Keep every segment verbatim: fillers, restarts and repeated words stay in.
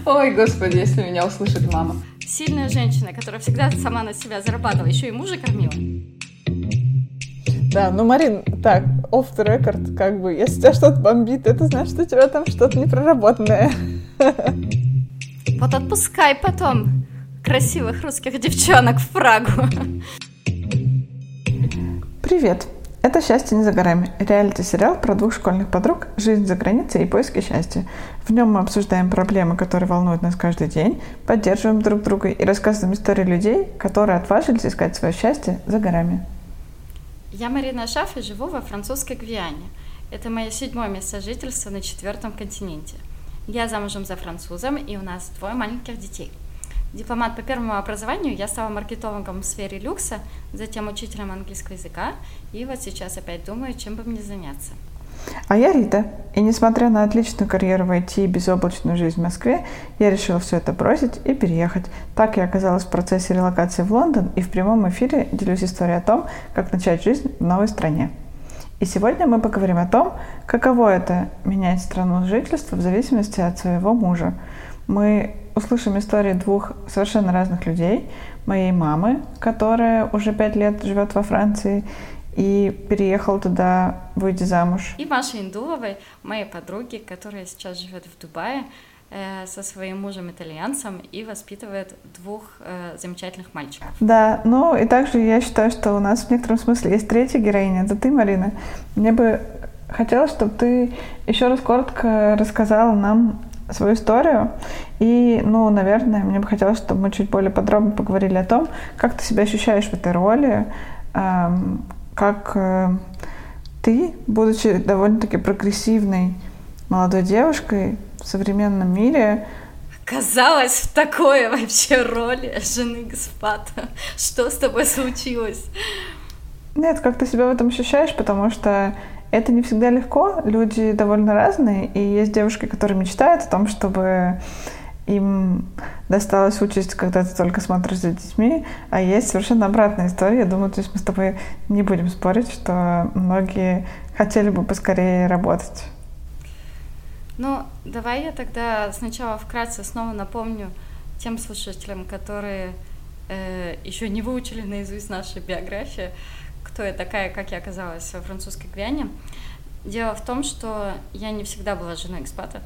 Ой, господи, если меня услышит мама. Сильная женщина, которая всегда сама на себя зарабатывала, еще и мужа кормила. Да, ну, Марин, так, off the record, как бы, если тебя что-то бомбит, это значит, что у тебя там что-то непроработанное. Вот отпускай потом красивых русских девчонок в Прагу. Привет, это «Счастье не за горами» — реалити-сериал про двух школьных подруг, жизнь за границей и поиски счастья. В нем мы обсуждаем проблемы, которые волнуют нас каждый день, поддерживаем друг друга и рассказываем истории людей, которые отважились искать свое счастье за горами. Я Марина Шаф и живу во французской Гвиане. Это мое седьмое место жительства на четвертом континенте. Я замужем за французом, и у нас двое маленьких детей. Дипломат по первому образованию, я стала маркетологом в сфере люкса, затем учителем английского языка, и вот сейчас опять думаю, чем бы мне заняться. А я Рита, и несмотря на отличную карьеру в ай ти и безоблачную жизнь в Москве, я решила все это бросить и переехать. Так я оказалась в процессе релокации в Лондон, и в прямом эфире делюсь историей о том, как начать жизнь в новой стране. И сегодня мы поговорим о том, каково это — менять страну жительства в зависимости от своего мужа. Мы услышим истории двух совершенно разных людей. Моей мамы, которая уже пять лет живет во Франции и переехала туда, выйдя замуж. И Маши Индуловой, моей подруги, которая сейчас живет в Дубае э, со своим мужем-итальянцем и воспитывает двух э, замечательных мальчиков. Да, ну и также я считаю, что у нас в некотором смысле есть третья героиня, это ты, Марина. Мне бы хотелось, чтобы ты еще раз коротко рассказала нам свою историю. И, ну, наверное, мне бы хотелось, чтобы мы чуть более подробно поговорили о том, как ты себя ощущаешь в этой роли, эм, как э, ты, будучи довольно-таки прогрессивной молодой девушкой в современном мире, оказалась в такой вообще роли жены господа. Что с тобой случилось? Нет, как ты себя в этом ощущаешь, потому что это не всегда легко, люди довольно разные, и есть девушки, которые мечтают о том, чтобы им досталась участь, когда ты только смотришь за детьми, а есть совершенно обратная история. Я думаю, то есть мы с тобой не будем спорить, что многие хотели бы поскорее работать. Ну, давай я тогда сначала вкратце снова напомню тем слушателям, которые э, еще не выучили наизусть нашу биографию, кто я такая, как я оказалась во французской Гвиане. Дело в том, что я не всегда была женой экспата.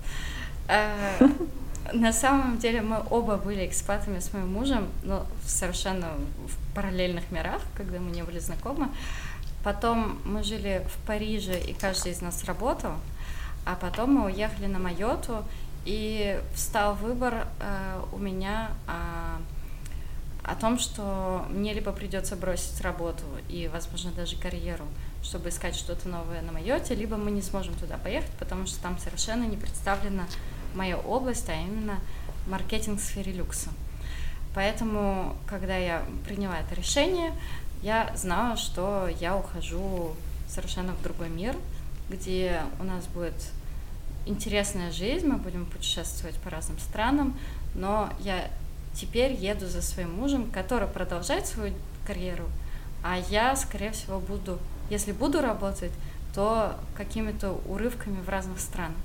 Э, на самом деле мы оба были экспатами с моим мужем, но совершенно в параллельных мирах, когда мы не были знакомы. Потом мы жили в Париже, и каждый из нас работал. А потом мы уехали на Майоту, и встал выбор э, у меня о, о том, что мне либо придется бросить работу и, возможно, даже карьеру, чтобы искать что-то новое на Майоте, либо мы не сможем туда поехать, потому что там совершенно не представлена моя область, а именно маркетинг в сфере люкса. Поэтому, когда я приняла это решение, я знала, что я ухожу совершенно в другой мир, где у нас будет интересная жизнь, мы будем путешествовать по разным странам, но я теперь еду за своим мужем, который продолжает свою карьеру, а я, скорее всего, буду, если буду работать, то какими-то урывками в разных странах.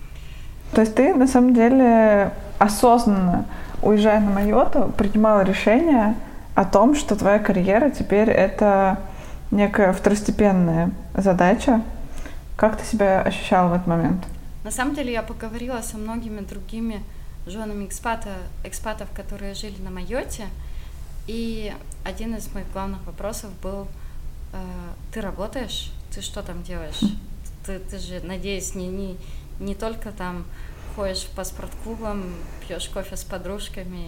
То есть ты, на самом деле, осознанно, уезжая на Майоту, принимала решение о том, что твоя карьера теперь это некая второстепенная задача. Как ты себя ощущала в этот момент? На самом деле я поговорила со многими другими женами экспата, экспатов, которые жили на Майоте, и один из моих главных вопросов был: э, ты работаешь? Ты что там делаешь? Ты, ты же, надеюсь, не, не, не только там ходишь по спортклубам, пьешь кофе с подружками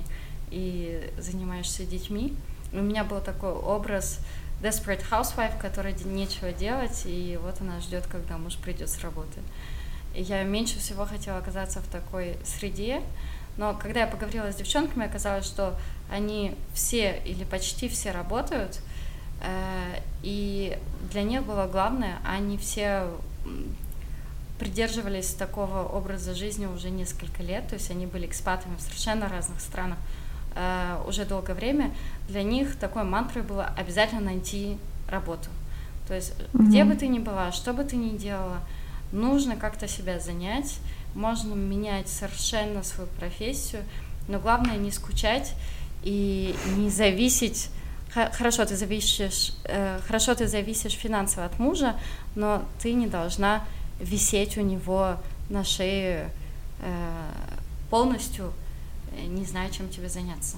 и занимаешься детьми. У меня был такой образ desperate housewife, которой нечего делать, и вот она ждет, когда муж придет с работы. И я меньше всего хотела оказаться в такой среде, но когда я поговорила с девчонками, оказалось, что они все или почти все работают, э, и для них было главное, они все придерживались такого образа жизни уже несколько лет, то есть они были экспатами в совершенно разных странах э, уже долгое время. Для них такой мантрой было обязательно найти работу. То есть mm-hmm. где бы ты ни была, что бы ты ни делала, нужно как-то себя занять, можно менять совершенно свою профессию, но главное не скучать и не зависеть. Хорошо, ты зависишь, э, хорошо, ты зависишь финансово от мужа, но ты не должна висеть у него на шее э, полностью, не зная, чем тебе заняться.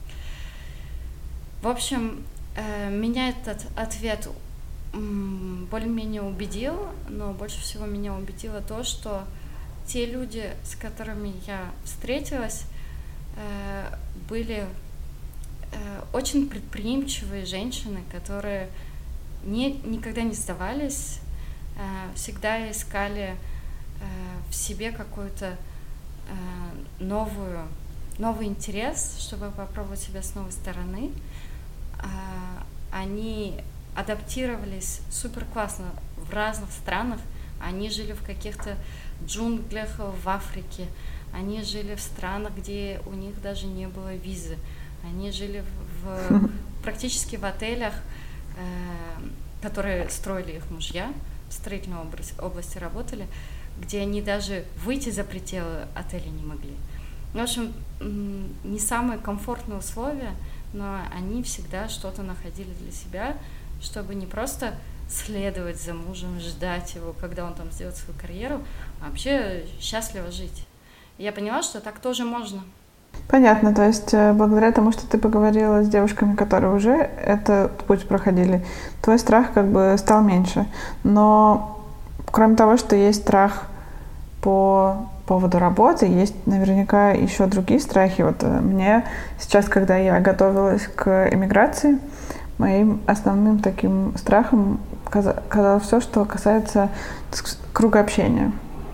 В общем, э, меня этот ответ м, более-менее убедил, но больше всего меня убедило то, что те люди, с которыми я встретилась, э, были э, очень предприимчивые женщины, которые не, никогда не сдавались, э, всегда искали э, в себе какую-то э, новую, новый интерес, чтобы попробовать себя с новой стороны. Э, они адаптировались супер классно в разных странах, они жили в каких-то джунглях в Африке, они жили в странах, где у них даже не было визы, они жили в, в, практически в отелях, э, которые строили их мужья, в строительной области, области работали, где они даже выйти за пределы отеля не могли. В общем, не самые комфортные условия, но они всегда что-то находили для себя, чтобы не просто следовать за мужем, ждать его, когда он там сделает свою карьеру, а вообще счастливо жить. И я поняла, что так тоже можно. Понятно, то есть благодаря тому, что ты поговорила с девушками, которые уже этот путь проходили, твой страх как бы стал меньше. Но кроме того, что есть страх по поводу работы, есть наверняка еще другие страхи. Вот мне сейчас, когда я готовилась к эмиграции, моим основным таким страхом казалось все, что касается круга общения.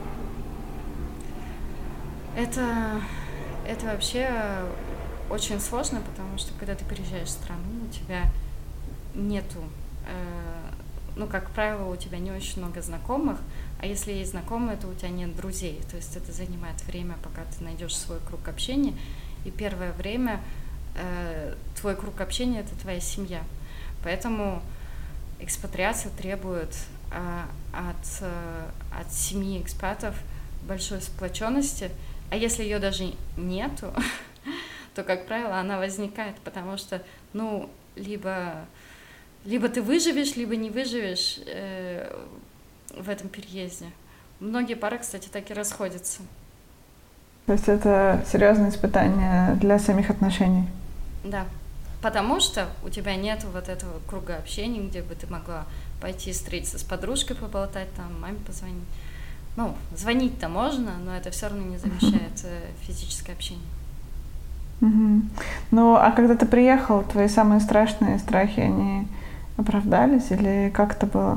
Это, это вообще очень сложно, потому что когда ты переезжаешь в страну, у тебя нету, э, ну, как правило, у тебя не очень много знакомых, а если есть знакомые, то у тебя нет друзей. То есть это занимает время, пока ты найдешь свой круг общения, и первое время э, твой круг общения — это твоя семья. Поэтому экспатриация требует э, от, э, от семьи экспатов большой сплоченности, а если ее даже нету, то, как правило, она возникает, потому что, ну, либо, либо ты выживешь, либо не выживешь э, в этом переезде. Многие пары, кстати, так и расходятся. То есть это серьезное испытание для самих отношений? Да. Потому что у тебя нет вот этого круга общения, где бы ты могла пойти встретиться с подружкой, поболтать, там, маме позвонить. Ну, звонить-то можно, но это все равно не замещает uh-huh. физическое общение. Uh-huh. Ну, а когда ты приехал, твои самые страшные страхи, они оправдались или как это было?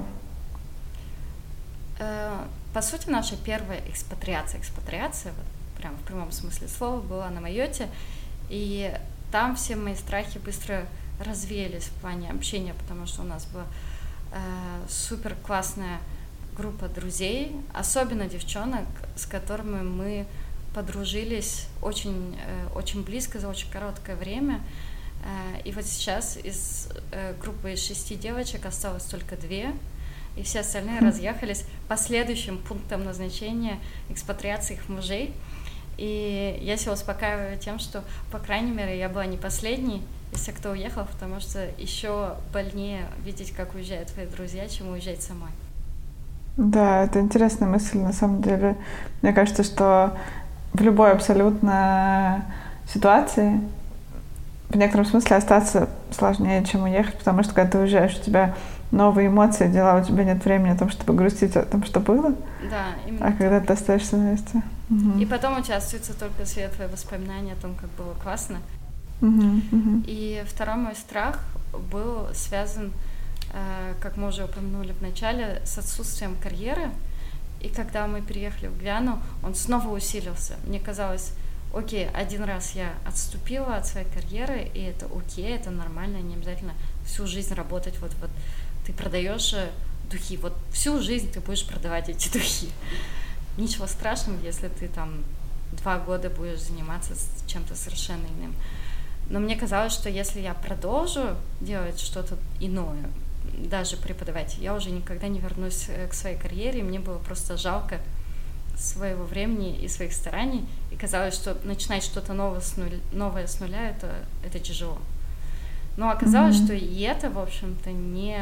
По сути, наша первая экспатриация, экспатриация, вот, прям в прямом смысле слова, была на Майотте, и там все мои страхи быстро развеялись в плане общения, потому что у нас была э, супер классная группа друзей, особенно девчонок, с которыми мы подружились очень, э, очень близко за очень короткое время. Э, и вот сейчас из э, группы из шести девочек осталось только две, и все остальные mm. разъехались по следующим пунктам назначения экспатриации их мужей. И я себя успокаиваю тем, что, по крайней мере, я была не последней из тех, кто уехал, потому что еще больнее видеть, как уезжают твои друзья, чем уезжать самой. Да, это интересная мысль, на самом деле. Мне кажется, что в любой абсолютно ситуации в некотором смысле остаться сложнее, чем уехать, потому что когда ты уезжаешь, у тебя новые эмоции, дела, у тебя нет времени о том, чтобы грустить о том, что было. Да, именно. А так. Когда ты остаешься на месте. Угу. И потом у тебя остаются только светлые воспоминания о том, как было классно. Угу, угу. И второй мой страх был связан, э, как мы уже упомянули в начале, с отсутствием карьеры. И когда мы переехали в Гвиану, он снова усилился. Мне казалось, окей, один раз я отступила от своей карьеры, и это окей, это нормально, не обязательно всю жизнь работать. Вот, вот ты продаешь духи, вот всю жизнь ты будешь продавать эти духи. Ничего страшного, если ты там два года будешь заниматься чем-то совершенно иным. Но мне казалось, что если я продолжу делать что-то иное, даже преподавать. Я уже никогда не вернусь к своей карьере, мне было просто жалко своего времени и своих стараний, и казалось, что начинать что-то новое с нуля, новое с нуля это, это тяжело. Но оказалось, mm-hmm. что и это, в общем-то, не,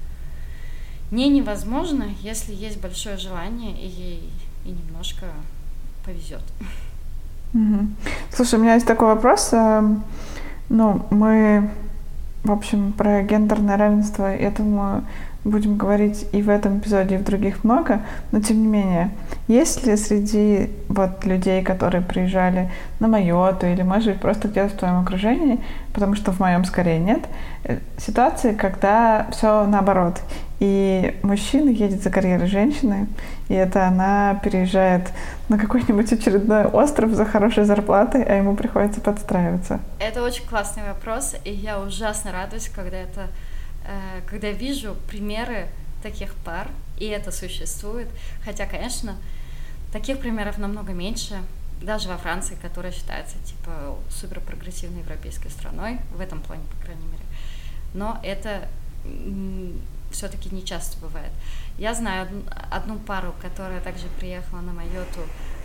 не невозможно, если есть большое желание и, и немножко повезет. Mm-hmm. Слушай, у меня есть такой вопрос. Ну, мы, в общем, про гендерное равенство, я думаю, будем говорить и в этом эпизоде, и в других много, но тем не менее, есть ли среди вот людей, которые приезжали на Майоту или, может быть, просто где-то в твоем окружении, потому что в моем скорее нет, ситуации, когда все наоборот, и мужчина едет за карьерой женщины, и это она переезжает на какой-нибудь очередной остров за хорошей зарплатой, а ему приходится подстраиваться? Это очень классный вопрос, и я ужасно радуюсь, когда это когда вижу примеры таких пар, и это существует, хотя, конечно, таких примеров намного меньше, даже во Франции, которая считается, типа, суперпрогрессивной европейской страной, в этом плане, по крайней мере, но это все-таки не часто бывает. Я знаю одну, одну пару, которая также приехала на Майоту,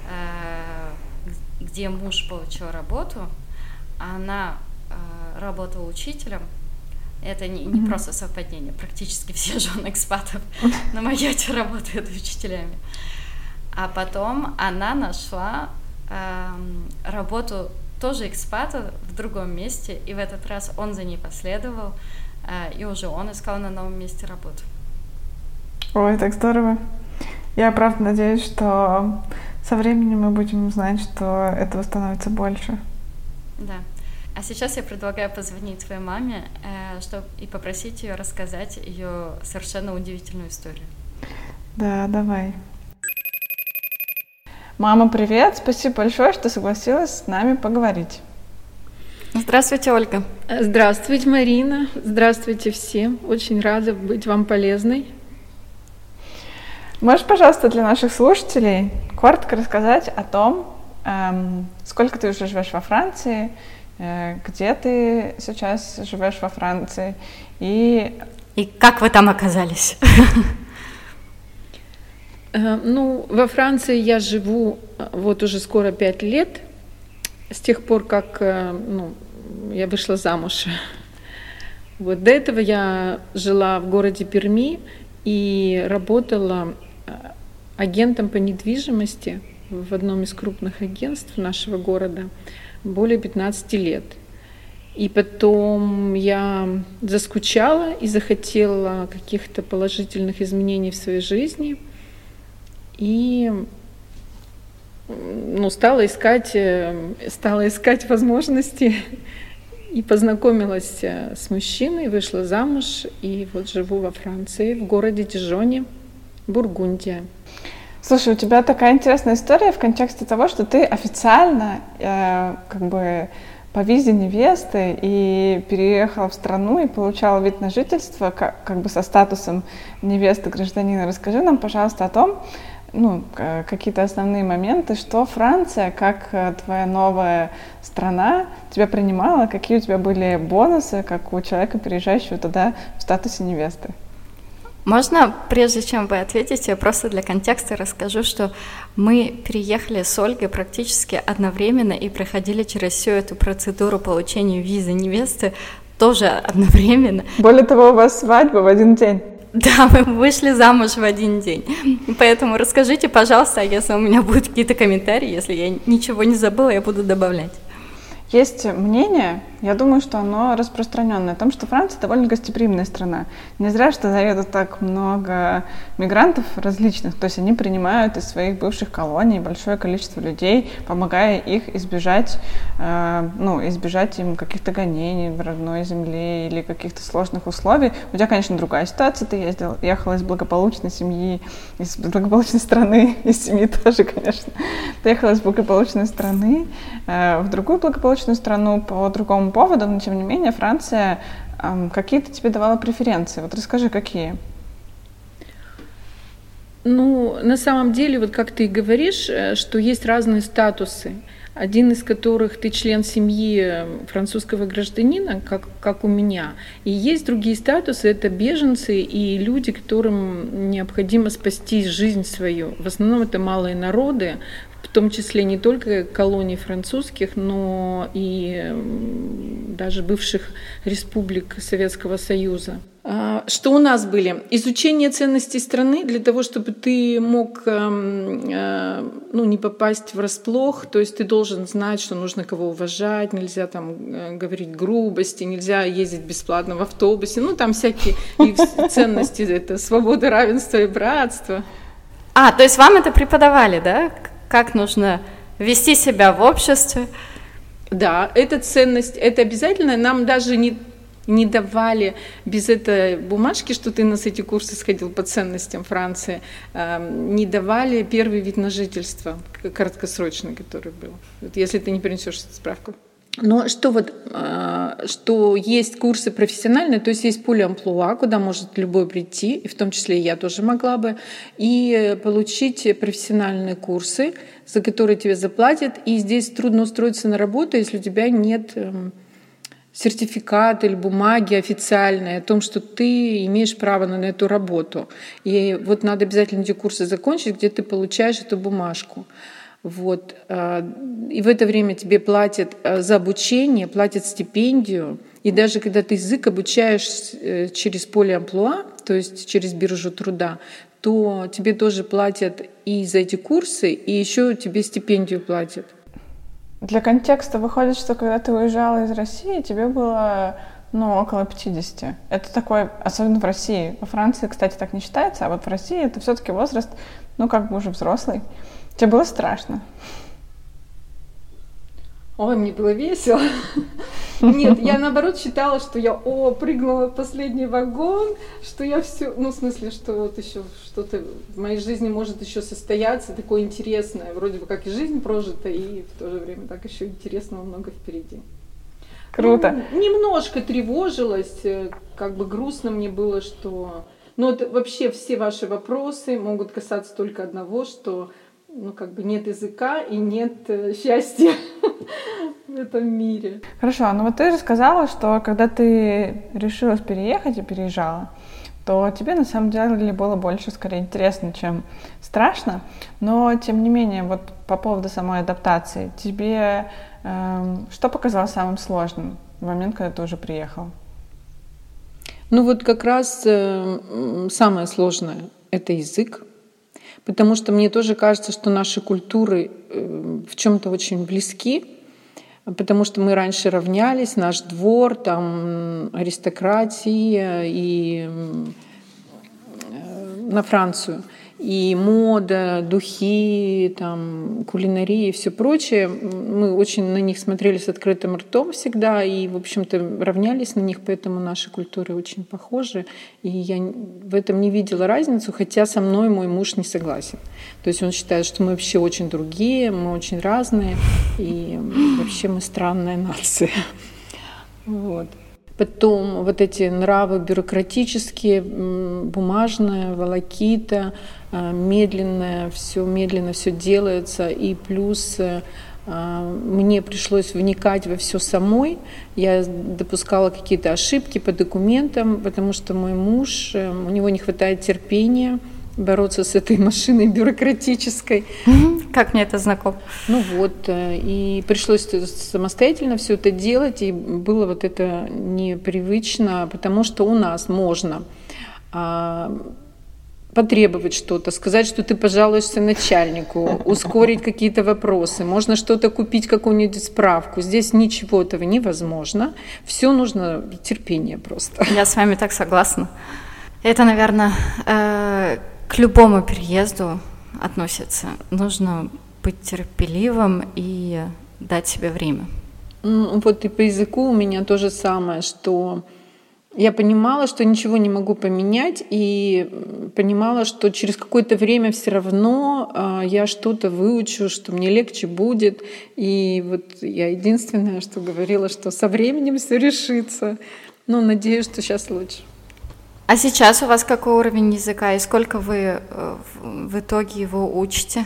э, где муж получил работу, она э, работала учителем. Это не, не mm-hmm. просто совпадение, практически все жены экспатов на Майоте работают учителями. А потом она нашла э, работу тоже экспата в другом месте, и в этот раз он за ней последовал, э, и уже он искал на новом месте работу. Ой, так здорово. Я правда надеюсь, что со временем мы будем знать, что этого становится больше. Да. А сейчас я предлагаю позвонить твоей маме, э, чтобы и попросить ее рассказать ее совершенно удивительную историю. Да, давай. Мама, привет! Спасибо большое, что согласилась с нами поговорить. Здравствуйте, Ольга. Здравствуйте, Марина. Здравствуйте все. Очень рада быть вам полезной. Можешь, пожалуйста, для наших слушателей коротко рассказать о том, эм, сколько ты уже живешь во Франции, э, где ты сейчас живешь во Франции и... И как вы там оказались? Ну, во Франции я живу вот уже скоро пять лет, с тех пор, как ну, я вышла замуж. Вот до этого я жила в городе Перми и работала агентом по недвижимости в одном из крупных агентств нашего города более пятнадцати лет. И потом я заскучала и захотела каких-то положительных изменений в своей жизни. И ну, стала искать, стала искать возможности и познакомилась с мужчиной, вышла замуж и вот живу во Франции, в городе Дижоне, Бургундия. Слушай, у тебя такая интересная история в контексте того, что ты официально э, как бы по визе невесты и переехала в страну и получала вид на жительство как, как бы со статусом невесты гражданина. Расскажи нам, пожалуйста, о том, ну, какие-то основные моменты, что Франция, как твоя новая страна, тебя принимала, какие у тебя были бонусы, как у человека, переезжающего туда в статусе невесты. Можно, прежде чем вы ответите, я просто для контекста расскажу, что мы переехали с Ольгой практически одновременно и проходили через всю эту процедуру получения визы невесты тоже одновременно. Более того, у вас свадьба в один день. Да, мы вышли замуж в один день. Поэтому расскажите, пожалуйста, если у меня будут какие-то комментарии, если я ничего не забыла, я буду добавлять. Есть мнение, я думаю, что оно распространенное, о том, что Франция довольно гостеприимная страна. Не зря, что туда едут так много мигрантов различных, то есть они принимают из своих бывших колоний большое количество людей, помогая их избежать, э, ну, избежать им каких-то гонений в родной земле или каких-то сложных условий. У тебя, конечно, другая ситуация, ты ездил, ехала из благополучной семьи, из благополучной страны, из семьи тоже, конечно. Ты ехала из благополучной страны э, в другую благополучную страну по другому поводу, но тем не менее Франция э, какие-то тебе давала преференции. Вот расскажи, какие? Ну, на самом деле, вот как ты и говоришь, что есть разные статусы. один из которых ты член семьи французского гражданина, как, как у меня. И есть другие статусы, это беженцы и люди, которым необходимо спасти жизнь свою. В основном это малые народы, в том числе не только колоний французских, но и даже бывших республик Советского Союза. Что у нас были? Изучение ценностей страны для того, чтобы ты мог ну, не попасть врасплох, то есть ты должен знать, что нужно кого уважать, нельзя там говорить грубости, нельзя ездить бесплатно в автобусе, ну там всякие ценности, это свобода, равенство и братство. А, то есть вам это преподавали, да? Как нужно вести себя в обществе? Да, это ценность, это обязательно. Нам даже не, не давали без этой бумажки, что ты на эти курсы сходил по ценностям Франции, э, не давали первый вид на жительство, краткосрочный, который был. Вот если ты не принесешь эту справку. Но что вот, что есть курсы профессиональные, то есть есть поле амплуа, куда может любой прийти, и в том числе я тоже могла бы, и получить профессиональные курсы, за которые тебе заплатят. И здесь трудно устроиться на работу, если у тебя нет сертификата или бумаги официальной о том, что ты имеешь право на эту работу. И вот надо обязательно эти курсы закончить, где ты получаешь эту бумажку. Вот. И в это время тебе платят за обучение, платят стипендию. И даже когда ты язык обучаешь через поле амплуа, то есть через биржу труда, то тебе тоже платят и за эти курсы, и еще тебе стипендию платят. Для контекста выходит, что когда ты уезжала из России, тебе было ну, около пятидесяти. Это такой, особенно в России. Во Франции, кстати, так не считается, а вот в России это все-таки возраст, ну, как бы уже взрослый. Тебе было страшно? Ой, мне было весело. Нет, я наоборот считала, что я, о, прыгнула в последний вагон, что я все, ну, в смысле, что вот еще что-то в моей жизни может еще состояться, такое интересное, вроде бы как и жизнь прожита, и в то же время так еще интересного много впереди. Круто. Ну, немножко тревожилась, как бы грустно мне было, что... Ну, это вообще все ваши вопросы могут касаться только одного, что ну, как бы нет языка и нет э, счастья в этом мире. Хорошо, ну вот ты же сказала, что когда ты решилась переехать и переезжала, то тебе на самом деле было больше, скорее, интересно, чем страшно. Но, тем не менее, вот по поводу самой адаптации, тебе э, что показалось самым сложным в момент, когда ты уже приехал? Ну вот как раз э, самое сложное — это язык. Потому что мне тоже кажется, что наши культуры в чем-то очень близки, потому что мы раньше равнялись, наш двор, там аристократия и на Францию. И мода, духи, там, кулинария и все прочее. Мы очень на них смотрели с открытым ртом всегда и, в общем-то, равнялись на них, поэтому наши культуры очень похожи. И я в этом не видела разницу, хотя со мной мой муж не согласен. То есть он считает, что мы вообще очень другие, мы очень разные, и вообще мы странная нация. Вот. Потом вот эти нравы бюрократические, бумажная, волокита, медленное, все медленно все делается, и плюс мне пришлось вникать во все самой. Я допускала какие-то ошибки по документам, потому что мой муж, у него не хватает терпения бороться с этой машиной бюрократической. Как мне это знакомо. Ну вот, и пришлось самостоятельно все это делать, и было вот это непривычно, потому что у нас можно а, потребовать что-то, сказать, что ты пожалуешься начальнику, ускорить какие-то вопросы, можно что-то купить, какую-нибудь справку. Здесь ничего этого невозможно, все нужно терпение просто. Я с вами так согласна. Это, наверное, э- к любому переезду относится. Нужно быть терпеливым и дать себе время. Вот и по языку у меня то же самое, что я понимала, что ничего не могу поменять, и понимала, что через какое-то время все равно я что-то выучу, что мне легче будет. И вот я единственное, что говорила, что со временем все решится. Ну, надеюсь, что сейчас лучше. А сейчас у вас какой уровень языка и сколько вы в итоге его учите?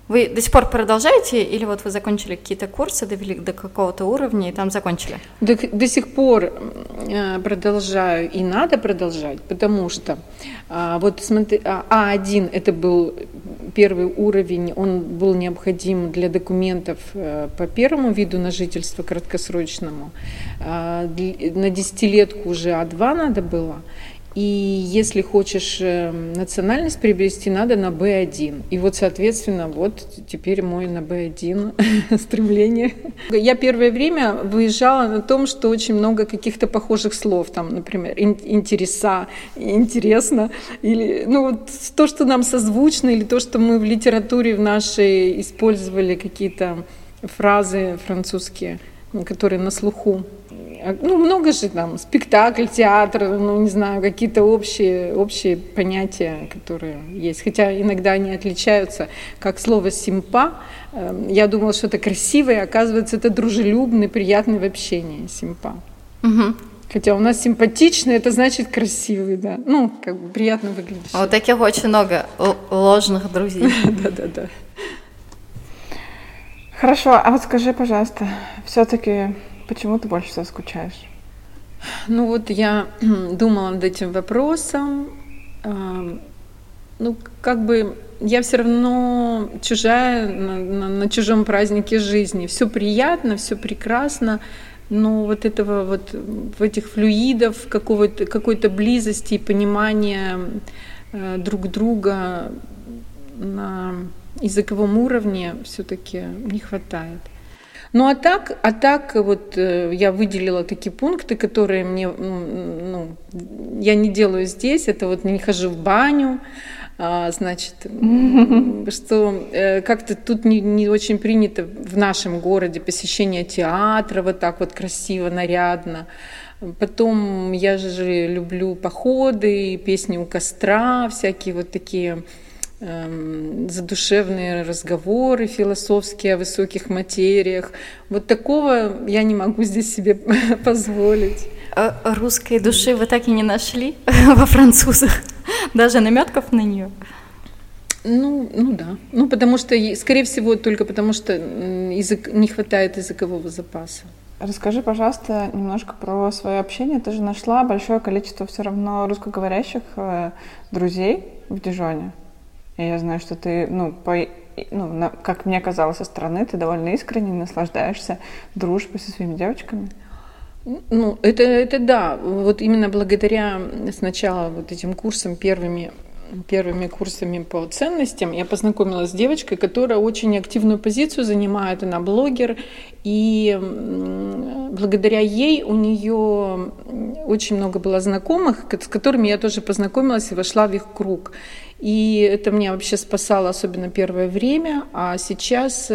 Вы до сих пор продолжаете, или вот вы закончили какие-то курсы, довели до какого-то уровня и там закончили? До, до сих пор продолжаю, и надо продолжать, потому что вот смотри, А один это был первый уровень, он был необходим для документов по первому виду на жительство краткосрочному. На десятилетку уже А два надо было. И если хочешь национальность приобрести, надо на Бэ один. И вот, соответственно, вот теперь мой на Бэ один стремление. Я первое время выезжала на том, что очень много каких-то похожих слов, там, например, интереса, интересно, или ну, вот то, что нам созвучно, или то, что мы в литературе в нашей использовали какие-то фразы французские, которые на слуху. Ну, много же там, спектакль, театр, ну, не знаю, какие-то общие, общие понятия, которые есть. Хотя иногда они отличаются, как слово «симпа». Я думала, что это красивое, оказывается, это дружелюбный, приятный в общении «симпа». Угу. Хотя у нас симпатичный, это значит красивый, да. Ну, как бы приятно выглядящий. Вот таких очень много ложных друзей. Да-да-да. Хорошо, а вот скажи, пожалуйста, все-таки почему ты больше всего скучаешь? Ну вот я думала над этим вопросом. Ну, как бы я все равно чужая на, на, на чужом празднике жизни. Все приятно, все прекрасно, но вот этого вот в этих флюидов какого-то, какой-то близости и понимания э, друг друга на языковом уровне все-таки не хватает. Ну а так, а так вот э, я выделила такие пункты, которые мне, ну, я не делаю здесь. Это вот не хожу в баню, а, значит, что э, как-то тут не, не очень принято в нашем городе посещение театра вот так вот красиво, нарядно. Потом я же люблю походы, песни у костра, всякие вот такие задушевные разговоры философские о высоких материях. Вот такого я не могу здесь себе позволить. А русской души вы так и не нашли во французах? Даже намётков на нее? Ну, ну да. Ну, потому что, скорее всего, только потому что язык, не хватает языкового запаса. Расскажи, пожалуйста, немножко про свое общение. Ты же нашла большое количество все равно русскоговорящих друзей в Дижоне. И я знаю, что ты, ну, по, ну на, как мне казалось со стороны, ты довольно искренне наслаждаешься дружбой со своими девочками. Ну, это, это да. Вот именно благодаря сначала вот этим курсам, первыми, первыми курсами по ценностям, я познакомилась с девочкой, которая очень активную позицию занимает, она блогер, и благодаря ей у нее очень много было знакомых, с которыми я тоже познакомилась и вошла в их круг. И это меня вообще спасало, особенно первое время, а сейчас,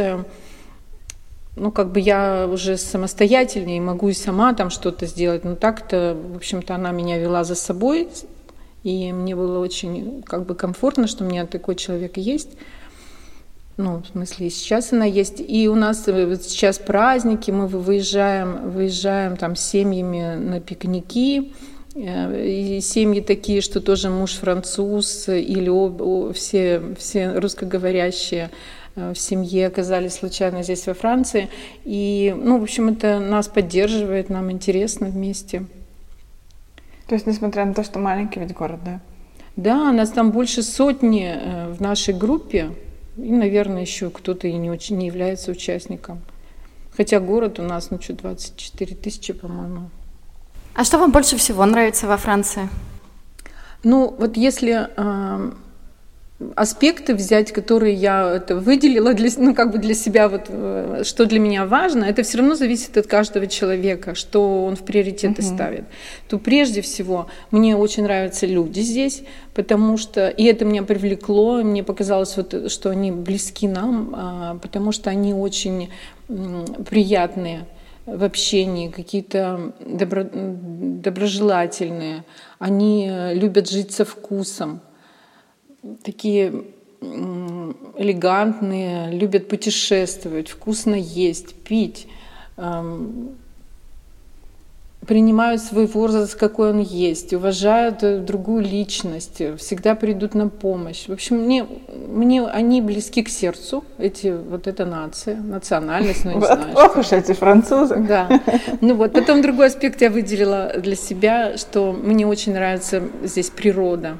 ну, как бы я уже самостоятельнее, могу и сама там что-то сделать, но так-то, в общем-то, она меня вела за собой, и мне было очень, как бы, комфортно, что у меня такой человек есть. Ну, в смысле, сейчас она есть. И у нас вот сейчас праздники, мы выезжаем, выезжаем там с семьями на пикники. И семьи такие, что тоже муж француз, или об, все, все русскоговорящие в семье оказались случайно здесь во Франции. И, ну, в общем, это нас поддерживает, нам интересно вместе. То есть, несмотря на то, что маленький ведь город, да? Да, нас там больше сотни в нашей группе, и, наверное, еще кто-то и не, очень, не является участником. Хотя город у нас, ну, что, двадцать четыре тысячи, по-моему. А что вам больше всего нравится во Франции? Ну, вот если э, аспекты взять, которые я это выделила для, ну, как бы для себя, вот, э, что для меня важно, это все равно зависит от каждого человека, что он в приоритеты uh-huh. ставит. То прежде всего мне очень нравятся люди здесь, потому что, и это меня привлекло, и мне показалось, вот, что они близки нам, э, потому что они очень э, приятные в общении, какие-то добро, доброжелательные. Они любят жить со вкусом, такие элегантные, любят путешествовать, вкусно есть, пить. принимают свой возраст, какой он есть, уважают другую личность, всегда придут на помощь. В общем, мне, мне они близки к сердцу, эти, вот эта нация, национальность, ну не знаю. Ох уж эти французы. Да. Ну вот, потом другой аспект я выделила для себя, что мне очень нравится здесь природа.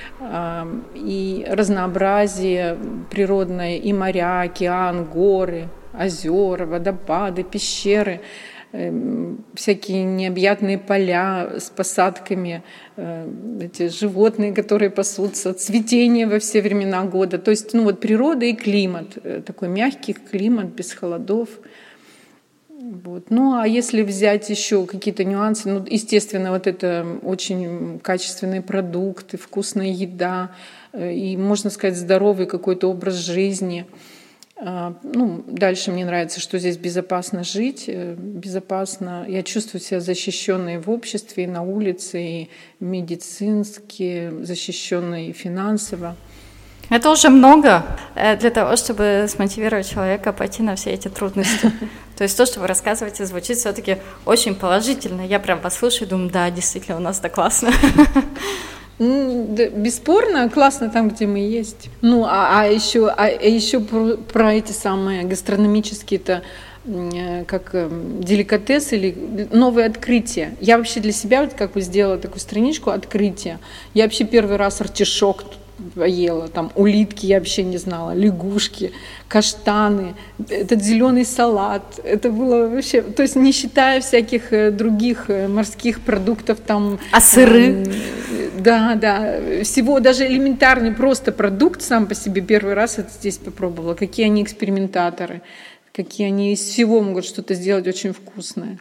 И разнообразие природное, и моря, океан, горы, озера, водопады, пещеры, всякие необъятные поля с посадками, эти животные, которые пасутся, цветение во все времена года. То есть, ну вот природа и климат, такой мягкий климат, без холодов. Вот. Ну а если взять еще какие-то нюансы, ну естественно, вот это очень качественные продукты, вкусная еда и, можно сказать, здоровый какой-то образ жизни. Ну, дальше мне нравится, что здесь безопасно жить, безопасно. Я чувствую себя защищенной в обществе, и на улице, и медицински, защищенной финансово. Это уже много для того, чтобы смотивировать человека пойти на все эти трудности. То есть то, что вы рассказываете, звучит все-таки очень положительно. Я прям вас слушаю и думаю, да, действительно, у нас это классно. Бесспорно, классно там, где мы есть. Ну, а, а еще, а еще про, про эти самые гастрономические-то как деликатесы или новые открытия. Я вообще для себя вот как бы сделала такую страничку открытия. Я вообще первый раз артишок поела, там улитки я вообще не знала, лягушки, каштаны, этот зеленый салат. Это было вообще, то есть не считая всяких других морских продуктов там. А сыры? Э, да, да, всего даже элементарный просто продукт сам по себе первый раз это здесь попробовала. Какие они экспериментаторы, какие они из всего могут что-то сделать очень вкусное.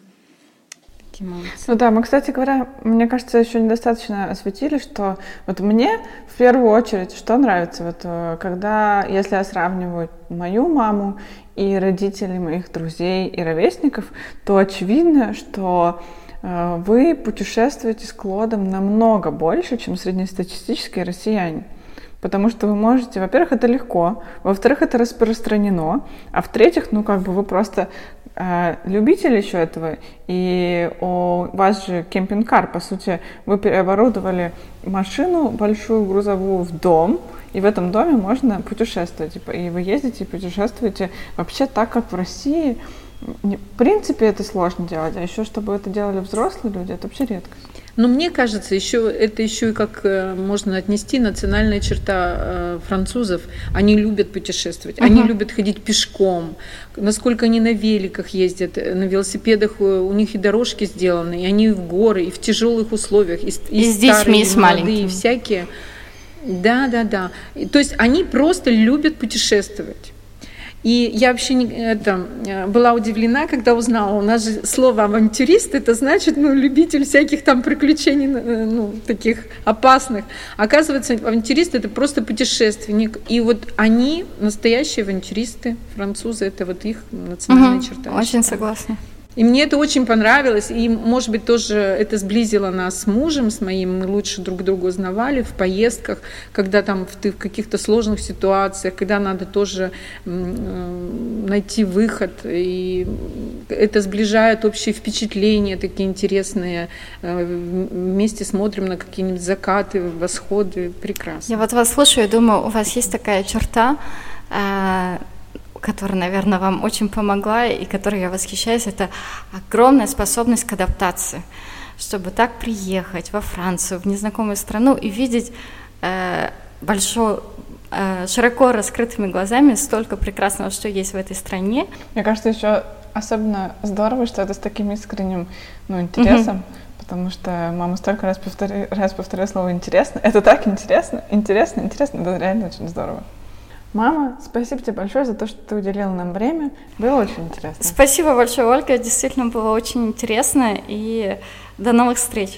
Ну да, мы, кстати говоря, мне кажется, еще недостаточно осветили, что вот мне в первую очередь что нравится, вот когда, если я сравниваю мою маму и родителей моих друзей и ровесников, то очевидно, что э, вы путешествуете с Клодом намного больше, чем среднестатистические россияне. Потому что вы можете, во-первых, это легко, во-вторых, это распространено, а в-третьих, ну как бы вы просто э, любитель еще этого, и у вас же кемпинг-кар, по сути, вы переоборудовали машину большую грузовую в дом, и в этом доме можно путешествовать, и вы ездите и путешествуете вообще так, как в России. В принципе, это сложно делать, а еще чтобы это делали взрослые люди, это вообще редкость. Но мне кажется, еще, это еще и как можно отнести национальная черта французов. Они любят путешествовать, uh-huh. они любят ходить пешком. Насколько они на великах ездят, на велосипедах у них и дорожки сделаны, и они в горы, и в тяжелых условиях, и, и, и старые, с детьми, и с молодые, и всякие. Да, да, да. То есть они просто любят путешествовать. И я вообще не, это, была удивлена, когда узнала, у нас же слово «авантюрист» это значит, ну, любитель всяких там приключений, ну, таких опасных. Оказывается, авантюрист это просто путешественник. И вот они настоящие авантюристы, французы, это вот их национальная угу, черта. Очень согласна. И мне это очень понравилось, и, может быть, тоже это сблизило нас с мужем, с моим, мы лучше друг друга узнавали в поездках, когда там ты в каких-то сложных ситуациях, когда надо тоже найти выход, и это сближает общие впечатления такие интересные, вместе смотрим на какие-нибудь закаты, восходы, прекрасно. Я вот вас слушаю и думаю, у вас есть такая черта, которая, наверное, вам очень помогла и которой я восхищаюсь, это огромная способность к адаптации, чтобы так приехать во Францию, в незнакомую страну и видеть э, большой, э, широко раскрытыми глазами столько прекрасного, что есть в этой стране. Мне кажется, еще особенно здорово, что это с таким искренним, ну, интересом, mm-hmm. потому что мама столько раз повторяет, раз повторяет слово «интересно». Это так интересно, интересно, интересно, это реально очень здорово. Мама, спасибо тебе большое за то, что ты уделила нам время. Было очень интересно. Спасибо большое, Ольга. Действительно было очень интересно. И до новых встреч.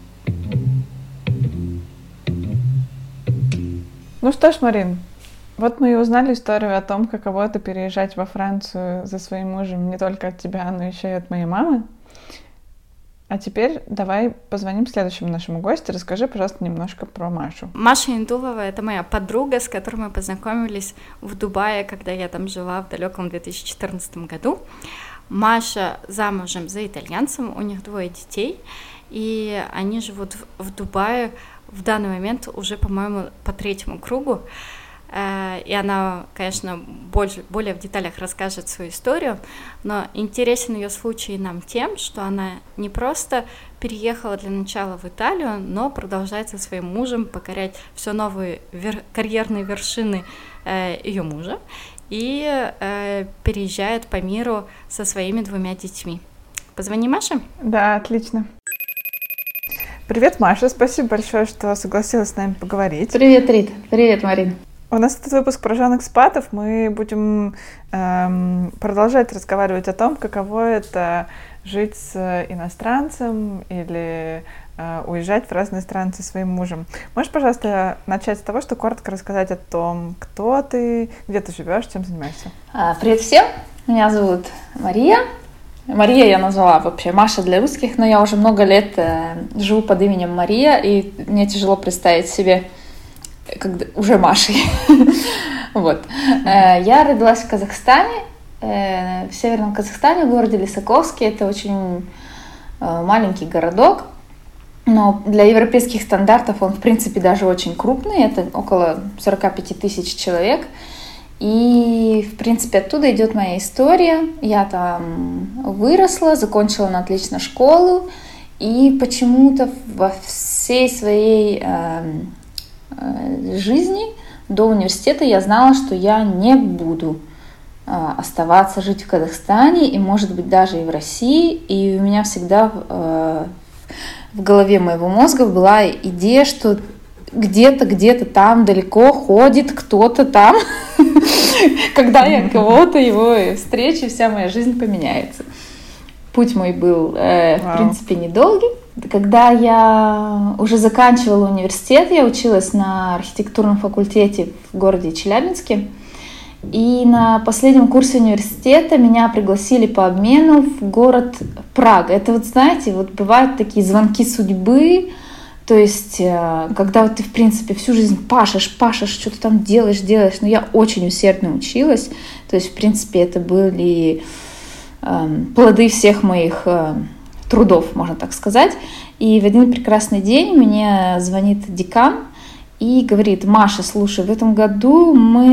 Ну что ж, Марин, вот мы и узнали историю о том, каково это переезжать во Францию за своим мужем не только от тебя, но еще и от моей мамы. А теперь давай позвоним следующему нашему гостю. Расскажи, пожалуйста, немножко про Машу. Маша Индулова — это моя подруга, с которой мы познакомились в Дубае, когда я там жила в далеком две тысячи четырнадцатом году. Маша замужем за итальянцем, у них двое детей, и они живут в, в Дубае в данный момент уже, по-моему, по третьему кругу. И она, конечно, больше, более в деталях расскажет свою историю, но интересен ее случай нам тем, что она не просто переехала для начала в Италию, но продолжает со своим мужем покорять все новые вер- карьерные вершины э, ее мужа и э, переезжает по миру со своими двумя детьми. Позвони Маше? Да, отлично. Привет, Маша, спасибо большое, что согласилась с нами поговорить. Привет, Рит. Привет, Марин. У нас этот выпуск про жен-экспатов. Мы будем эм, продолжать разговаривать о том, каково это жить с иностранцем или э, уезжать в разные страны со своим мужем. Можешь, пожалуйста, начать с того, что коротко рассказать о том, кто ты, где ты живешь, чем занимаешься? Привет всем. Меня зовут Мария. Мария я назвала вообще Маша для русских, но я уже много лет э, живу под именем Мария, и мне тяжело представить себе когда уже Машей. Вот. Я родилась в Казахстане, в северном Казахстане, в городе Лисаковске. Это очень маленький городок, но для европейских стандартов он, в принципе, даже очень крупный. Это около сорок пять тысяч человек. И, в принципе, оттуда идет моя история. Я там выросла, закончила на отлично школу, и почему-то во всей своей жизни до университета я знала, что я не буду э, оставаться жить в Казахстане и, может быть, даже и в России. И у меня всегда э, в голове моего мозга была идея, что где-то, где-то там далеко ходит кто-то там, когда я кого-то его встречу, вся моя жизнь поменяется. Путь мой был, э, в принципе, недолгий. Когда я уже заканчивала университет, я училась на архитектурном факультете в городе Челябинске. И на последнем курсе университета меня пригласили по обмену в город Прага. Это вот, знаете, вот бывают такие звонки судьбы. То есть, когда вот ты, в принципе, всю жизнь пашешь, пашешь, что-то там делаешь, делаешь. Но я очень усердно училась. То есть, в принципе, это были э, плоды всех моих... Э, трудов, можно так сказать. И в один прекрасный день мне звонит декан и говорит: Маша, слушай, в этом году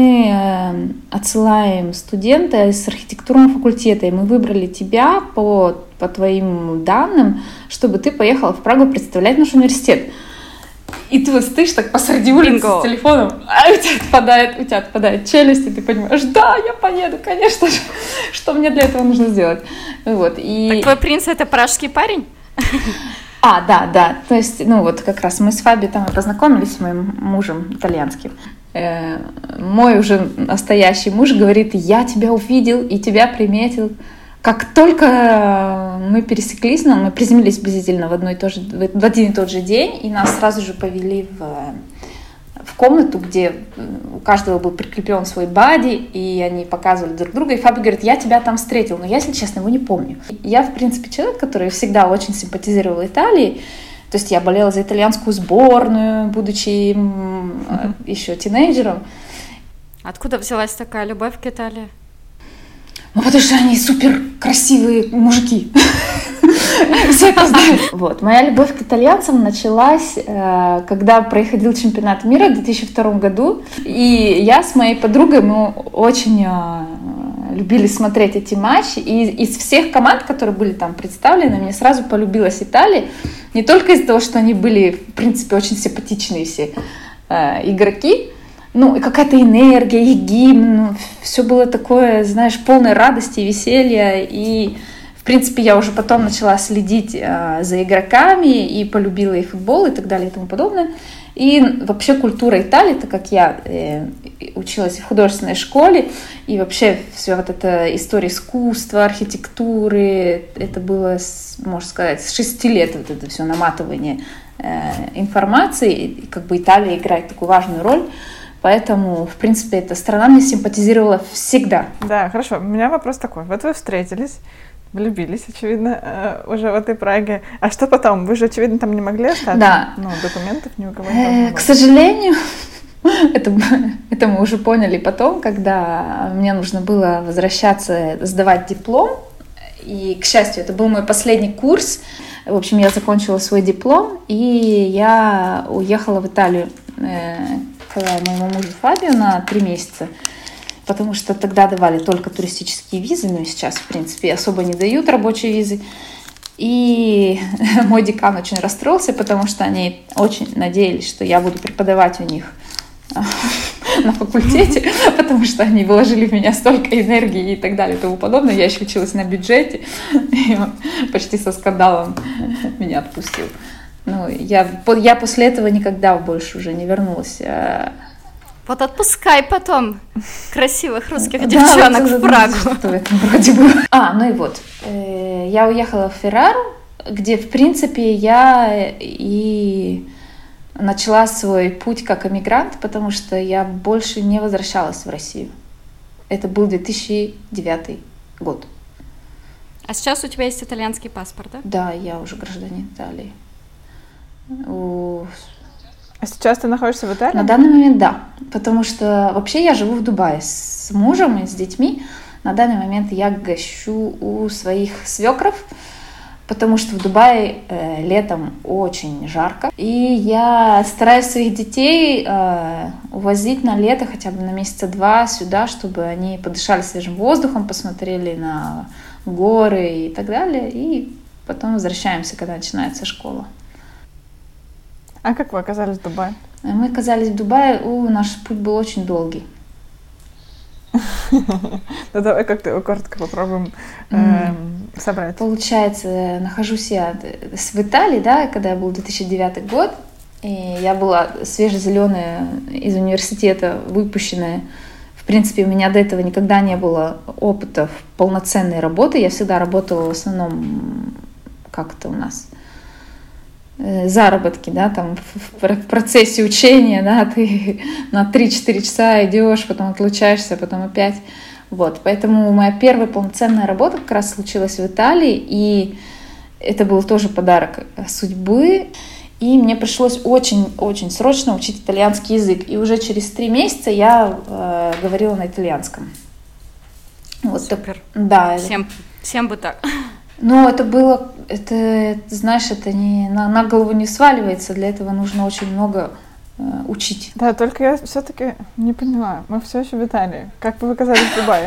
мы отсылаем студента из архитектурного факультета, и мы выбрали тебя по, по твоим данным, чтобы ты поехала в Прагу представлять наш университет. И ты вот стоишь так посреди улицы Bingo. С телефоном, а у тебя отпадает, у тебя отпадает челюсть, и ты понимаешь: да, я поеду, конечно же, что мне для этого нужно сделать. Вот, и... Так твой принц — это пражский парень? А, да, да, то есть, ну вот как раз мы с Фаби там познакомились с моим мужем итальянским. Э, мой уже настоящий муж говорит: я тебя увидел и тебя приметил. Как только мы пересеклись, ну, мы приземлились приблизительно в, одной и то же, в один и тот же день, и нас сразу же повели в, в комнату, где у каждого был прикреплен свой бади, и они показывали друг друга, и Фаби говорит: я тебя там встретил, но я, если честно, его не помню. Я, в принципе, человек, который всегда очень симпатизировал Италии, то есть я болела за итальянскую сборную, будучи mm-hmm. еще тинейджером. Откуда взялась такая любовь к Италии? Ну, потому что они супер красивые мужики. Все это знают. Вот. Моя любовь к итальянцам началась, когда происходил чемпионат мира в две тысячи втором году. И я с моей подругой, мы очень любили смотреть эти матчи. И из всех команд, которые были там представлены, мне сразу полюбилась Италия. Не только из-за того, что они были, в принципе, очень симпатичные все игроки, ну, и какая-то энергия, и гимн, ну, все было такое, знаешь, полной радости и веселья, и, в принципе, я уже потом начала следить э, за игроками, и полюбила и футбол, и так далее, и тому подобное, и вообще культура Италии, так как я э, училась в художественной школе, и вообще все вот это история искусства, архитектуры, это было, можно сказать, с шести лет вот это все наматывание э, информации, и как бы Италия играет такую важную роль. Поэтому, в принципе, эта страна мне симпатизировала всегда. Да, хорошо. У меня вопрос такой. Вот вы встретились, влюбились, очевидно, уже в этой Праге. А что потом? Вы же, очевидно, там не могли остаться? Да. Ну, документов ни у кого не должно быть. К сожалению, это, это мы уже поняли потом, когда мне нужно было возвращаться, сдавать диплом. И, к счастью, это был мой последний курс. В общем, я закончила свой диплом, и я уехала в Италию к моему мужу Фабио на три месяца, потому что тогда давали только туристические визы, но сейчас, в принципе, особо не дают рабочие визы. И мой декан очень расстроился, потому что они очень надеялись, что я буду преподавать у них на факультете, потому что они вложили в меня столько энергии и так далее и тому подобное. Я еще училась на бюджете, и он почти со скандалом меня отпустил. Ну, я, я после этого никогда больше уже не вернулась. Вот отпускай потом красивых русских девчонок да, в Прагу. Что в этом вроде бы. А, ну и вот. Я уехала в Феррару, где, в принципе, я и начала свой путь как эмигрант, потому что я больше не возвращалась в Россию. Это был две тысячи девятый год. А сейчас у тебя есть итальянский паспорт, да? Да, я уже гражданин Италии. У... А сейчас ты находишься в Италии? На данный момент да, потому что вообще я живу в Дубае с мужем и с детьми. На данный момент я гощу у своих свекров, потому что в Дубае э, летом очень жарко. И я стараюсь своих детей э, увозить на лето хотя бы на месяца два сюда, чтобы они подышали свежим воздухом, посмотрели на горы и так далее. И потом возвращаемся, когда начинается школа. А как вы оказались в Дубае? Мы оказались в Дубае, у, наш путь был очень долгий. Ну давай как-то его коротко попробуем собрать. Получается, нахожусь я в Италии, да, когда я был две тысячи девятый год, и я была свежезеленая из университета, выпущенная. В принципе, у меня до этого никогда не было опыта полноценной работы. Я всегда работала в основном как-то у нас заработки, да, там в процессе учения, да, ты на три-четыре часа идешь, потом отлучаешься, потом опять. Вот, поэтому моя первая полноценная работа как раз случилась в Италии, и это был тоже подарок судьбы, и мне пришлось очень-очень срочно учить итальянский язык, и уже через три месяца я э, говорила на итальянском. Вот. Супер. Так, да. Всем, всем бы так. Но это было, это, знаешь, это не на, на голову не сваливается, для этого нужно очень много э, учить. Да, только я все-таки не поняла, мы все еще в Италии. Как вы оказались в Дубае?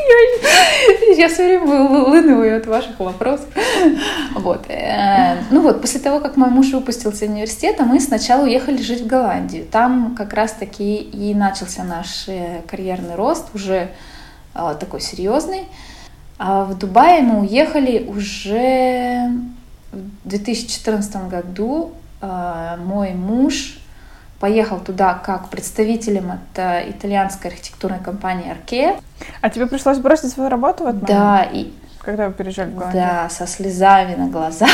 Я все время улынываю от ваших вопросов. Вот. Ну вот, после того, как мой муж выпустился из университета, мы сначала уехали жить в Голландию. Там как раз-таки и начался наш карьерный рост, уже такой серьезный. А в Дубае мы уехали уже в две тысячи четырнадцатом году. Мой муж поехал туда как представителем от итальянской архитектурной компании Archea. А тебе пришлось бросить свою работу в этот момент? Да. И... Когда вы переезжали в Голландию? Да, со слезами на глазах.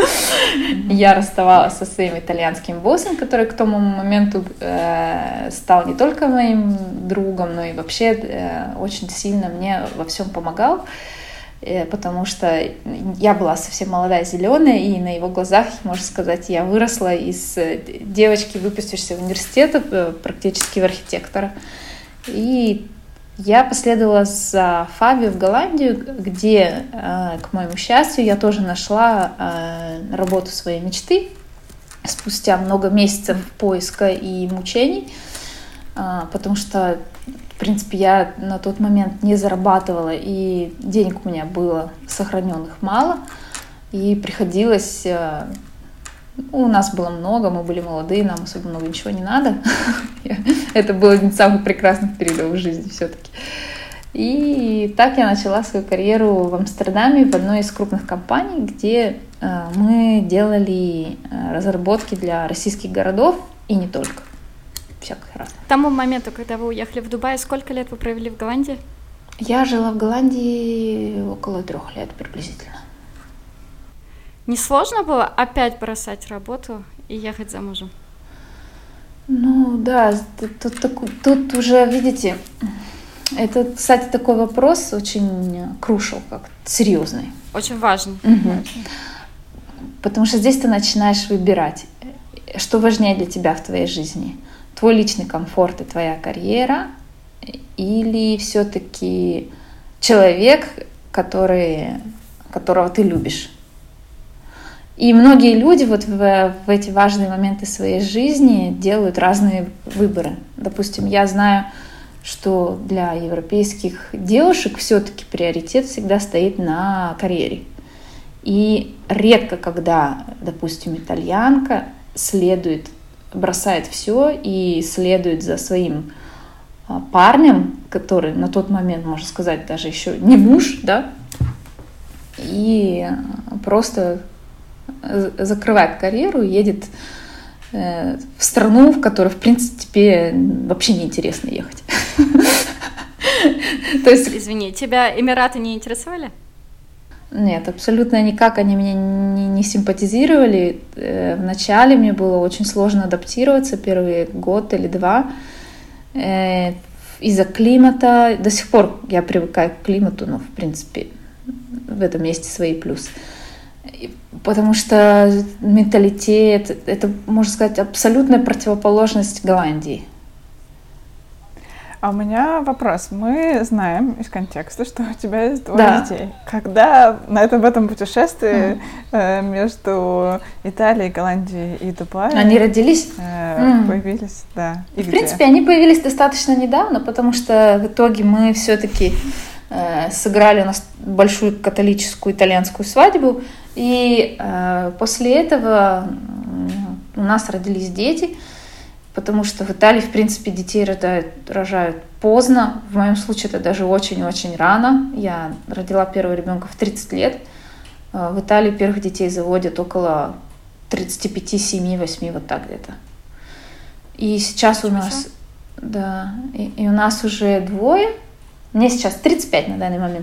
Я расставалась со своим итальянским боссом, который к тому моменту э, стал не только моим другом, но и вообще э, очень сильно мне во всем помогал, э, потому что я была совсем молодая, зеленая, и на его глазах, можно сказать, я выросла из девочки, выпустившейся в университет, практически в архитектора. И я последовала за Фабио в Голландию, где, к моему счастью, я тоже нашла работу своей мечты спустя много месяцев поиска и мучений, потому что, в принципе, я на тот момент не зарабатывала, и денег у меня было сохраненных мало, и приходилось... У нас было много, мы были молодые, нам особо много ничего не надо. Это был один из самых прекрасных периодов в жизни все-таки. И так я начала свою карьеру в Амстердаме, в одной из крупных компаний, где мы делали разработки для российских городов и не только. Всякое разное. К тому моменту, когда вы уехали в Дубай, сколько лет вы провели в Голландии? Я жила в Голландии около трех лет приблизительно. Не сложно было опять бросать работу и ехать за мужем? Ну да, тут, тут, тут уже, видите, это, кстати, такой вопрос очень crucial, как серьезный. Очень важный. Угу. Потому что здесь ты начинаешь выбирать, что важнее для тебя в твоей жизни. Твой личный комфорт и твоя карьера, или все-таки человек, который которого ты любишь. И многие люди вот в, в эти важные моменты своей жизни делают разные выборы. Допустим, я знаю, что для европейских девушек все-таки приоритет всегда стоит на карьере. И редко, когда, допустим, итальянка следует, бросает все и следует за своим парнем, который на тот момент, можно сказать, даже еще не муж, да, и просто закрывает карьеру, едет в страну, в которой, в принципе, вообще неинтересно ехать. То есть, извини, тебя Эмираты не интересовали? Нет, абсолютно никак они меня не, не симпатизировали. Вначале мне было очень сложно адаптироваться, первый год или два. Из-за климата, до сих пор я привыкаю к климату, но, в принципе, в этом есть свои плюсы. Потому что менталитет, это, можно сказать, абсолютная противоположность Голландии. А у меня вопрос. Мы знаем из контекста, что у тебя есть двое да. детей. Когда на этом, в этом путешествии mm. между Италией, Голландией и Дубаем... Они родились? Э, mm. Появились, да. И в где? принципе, они появились достаточно недавно, потому что в итоге мы все-таки э, сыграли у нас большую католическую итальянскую свадьбу, и э, после этого у нас родились дети, потому что в Италии, в принципе, детей рожают, рожают поздно. В моем случае это даже очень-очень рано. Я родила первого ребенка в тридцать лет. В Италии первых детей заводят около тридцать пять, семь, восемь, вот так где-то. И сейчас у нас, да, и, и у нас уже двое. Мне сейчас тридцать пять на данный момент.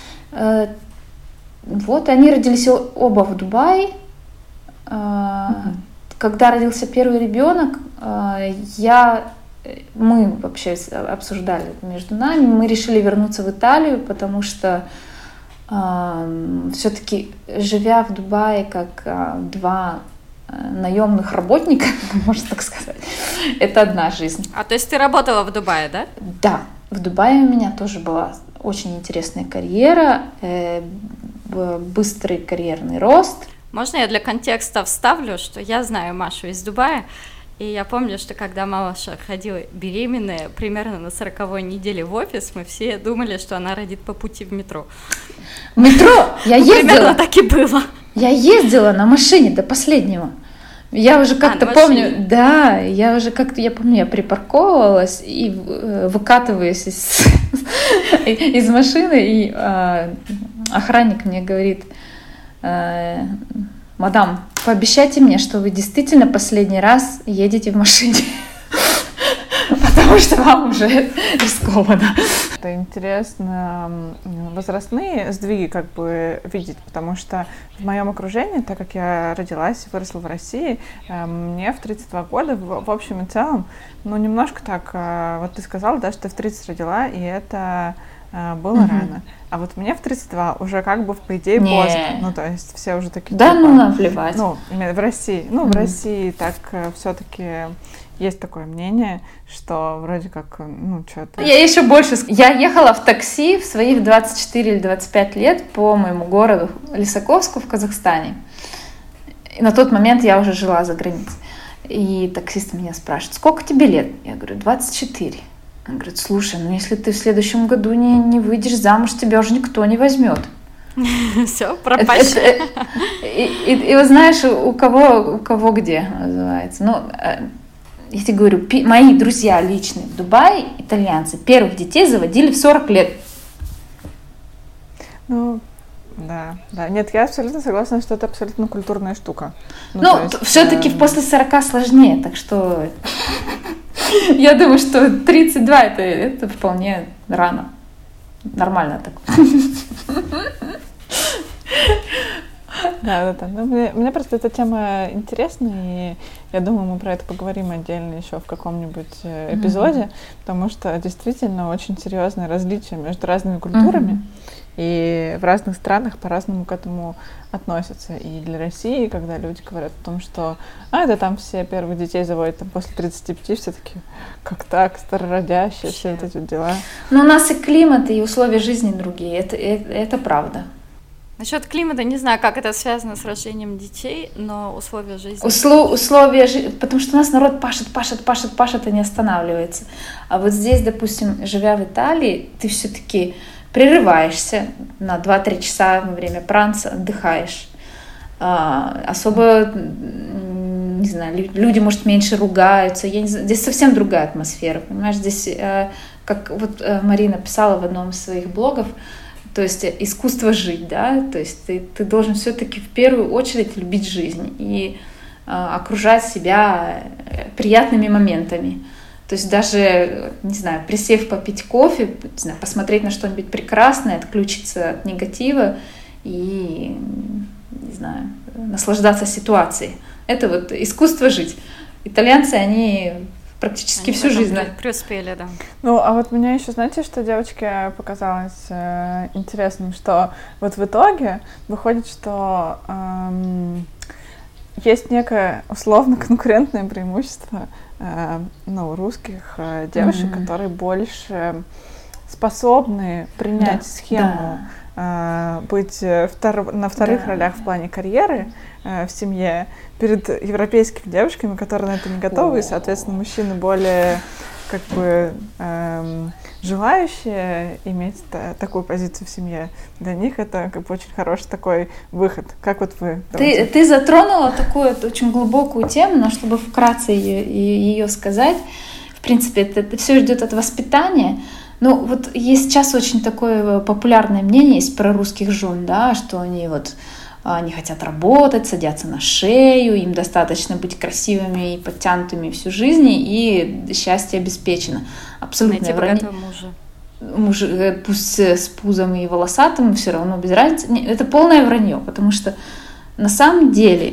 Вот, они родились оба в Дубае. Mm-hmm. Когда родился первый ребенок, я, мы вообще обсуждали между нами, мы решили вернуться в Италию, потому что э, все-таки, живя в Дубае как э, два наемных работника, можно так сказать, это одна жизнь. А то есть ты работала в Дубае, да? Да, в Дубае у меня тоже была очень интересная карьера, э, быстрый карьерный рост. Можно я для контекста вставлю, что я знаю Машу из Дубая, и я помню, что когда Маша ходила беременная, примерно на сороковой неделе в офис, мы все думали, что она родит по пути в метро. В метро? Я ездила. Примерно так и было. Я ездила на машине до последнего. Я уже как-то а, помню, да, я уже как-то, я помню, я припарковывалась и выкатываюсь из, из машины, и э, охранник мне говорит: мадам, пообещайте мне, что вы действительно последний раз едете в машине, потому что вам уже рискованно. Это интересно возрастные сдвиги как бы видеть, потому что в моем окружении, так как я родилась и выросла в России, мне в тридцать два года, в, в общем и целом, ну немножко так, вот ты сказала, да, что ты в тридцать родила, и это было mm-hmm. рано. А вот мне в тридцать два уже как бы, по идее, Не. поздно. Ну, то есть все уже такие... Да, типа, ну, наплевать. Ну, в России, ну, mm-hmm. в России так все-таки есть такое мнение, что вроде как, ну, что-то... Я еще больше... Я ехала в такси в своих двадцать четыре или двадцать пять лет по моему городу Лисаковску в Казахстане. И на тот момент я уже жила за границей. И таксист меня спрашивает: сколько тебе лет? Я говорю: двадцать четыре. Он говорит: слушай, ну если ты в следующем году не, не выйдешь замуж, тебя уже никто не возьмет. Все, пропащее. И, и, и вы знаешь, у кого, у кого где называется. Ну, я тебе говорю, пи, мои друзья личные в Дубае, итальянцы, первых детей заводили в сорок лет. Ну, да, да. Нет, я абсолютно согласна, что это абсолютно культурная штука. Ну, ну есть, все-таки э... после сорока сложнее, так что... Я думаю, что тридцать два это, это вполне рано. Нормально так. Да, да, да. Ну, мне, мне просто эта тема интересна, и я думаю, мы про это поговорим отдельно еще в каком-нибудь эпизоде, mm-hmm. потому что действительно очень серьезное различие между разными культурами, mm-hmm. и в разных странах по-разному к этому относятся. И для России, когда люди говорят о том, что а, это там все первых детей заводят там, после тридцати пяти, все таки как так, старородящие, все вот эти дела. Но у нас и климат, и условия жизни другие, это, это, это правда. Насчет климата, не знаю, как это связано с рождением детей, но условия жизни... Усло- условия жизни, потому что у нас народ пашет, пашет, пашет, пашет и не останавливается. А вот здесь, допустим, живя в Италии, ты все-таки прерываешься на два-три часа во время пранца, отдыхаешь. А, особо, не знаю, люди, может, меньше ругаются. Я не знаю, здесь совсем другая атмосфера, понимаешь? Здесь, как вот Марина писала в одном из своих блогов, то есть искусство жить, да, то есть ты, ты должен все-таки в первую очередь любить жизнь и э, окружать себя приятными моментами. То есть даже, не знаю, присев попить кофе, не знаю, посмотреть на что-нибудь прекрасное, отключиться от негатива и, не знаю, наслаждаться ситуацией. Это вот искусство жить. Итальянцы, они... практически Они всю жизнь. Преуспели, да. Ну, а вот мне еще, знаете, что девочке показалось э, интересным, что вот в итоге выходит, что эм, есть некое условно-конкурентное преимущество э, ну, русских э, девушек, mm-hmm. которые больше способны принять да, схему, да. э, быть втор- на вторых да. ролях в плане карьеры э, в семье, перед европейскими девушками, которые на это не готовы, и, соответственно, мужчины более как бы эм, желающие иметь та- такую позицию в семье. Для них это как бы очень хороший такой выход. Как вот вы? Ты, ты затронула такую очень глубокую тему, но чтобы вкратце ее, ее сказать, в принципе, это, это все идет от воспитания. Ну, вот есть сейчас очень такое популярное мнение есть про русских жен, да, что они вот они хотят работать, садятся на шею, им достаточно быть красивыми и подтянутыми всю жизнь, и счастье обеспечено. Абсолютно вранье. Муж, пусть с пузом и волосатым, все равно без разницы. Это полное вранье, потому что на самом деле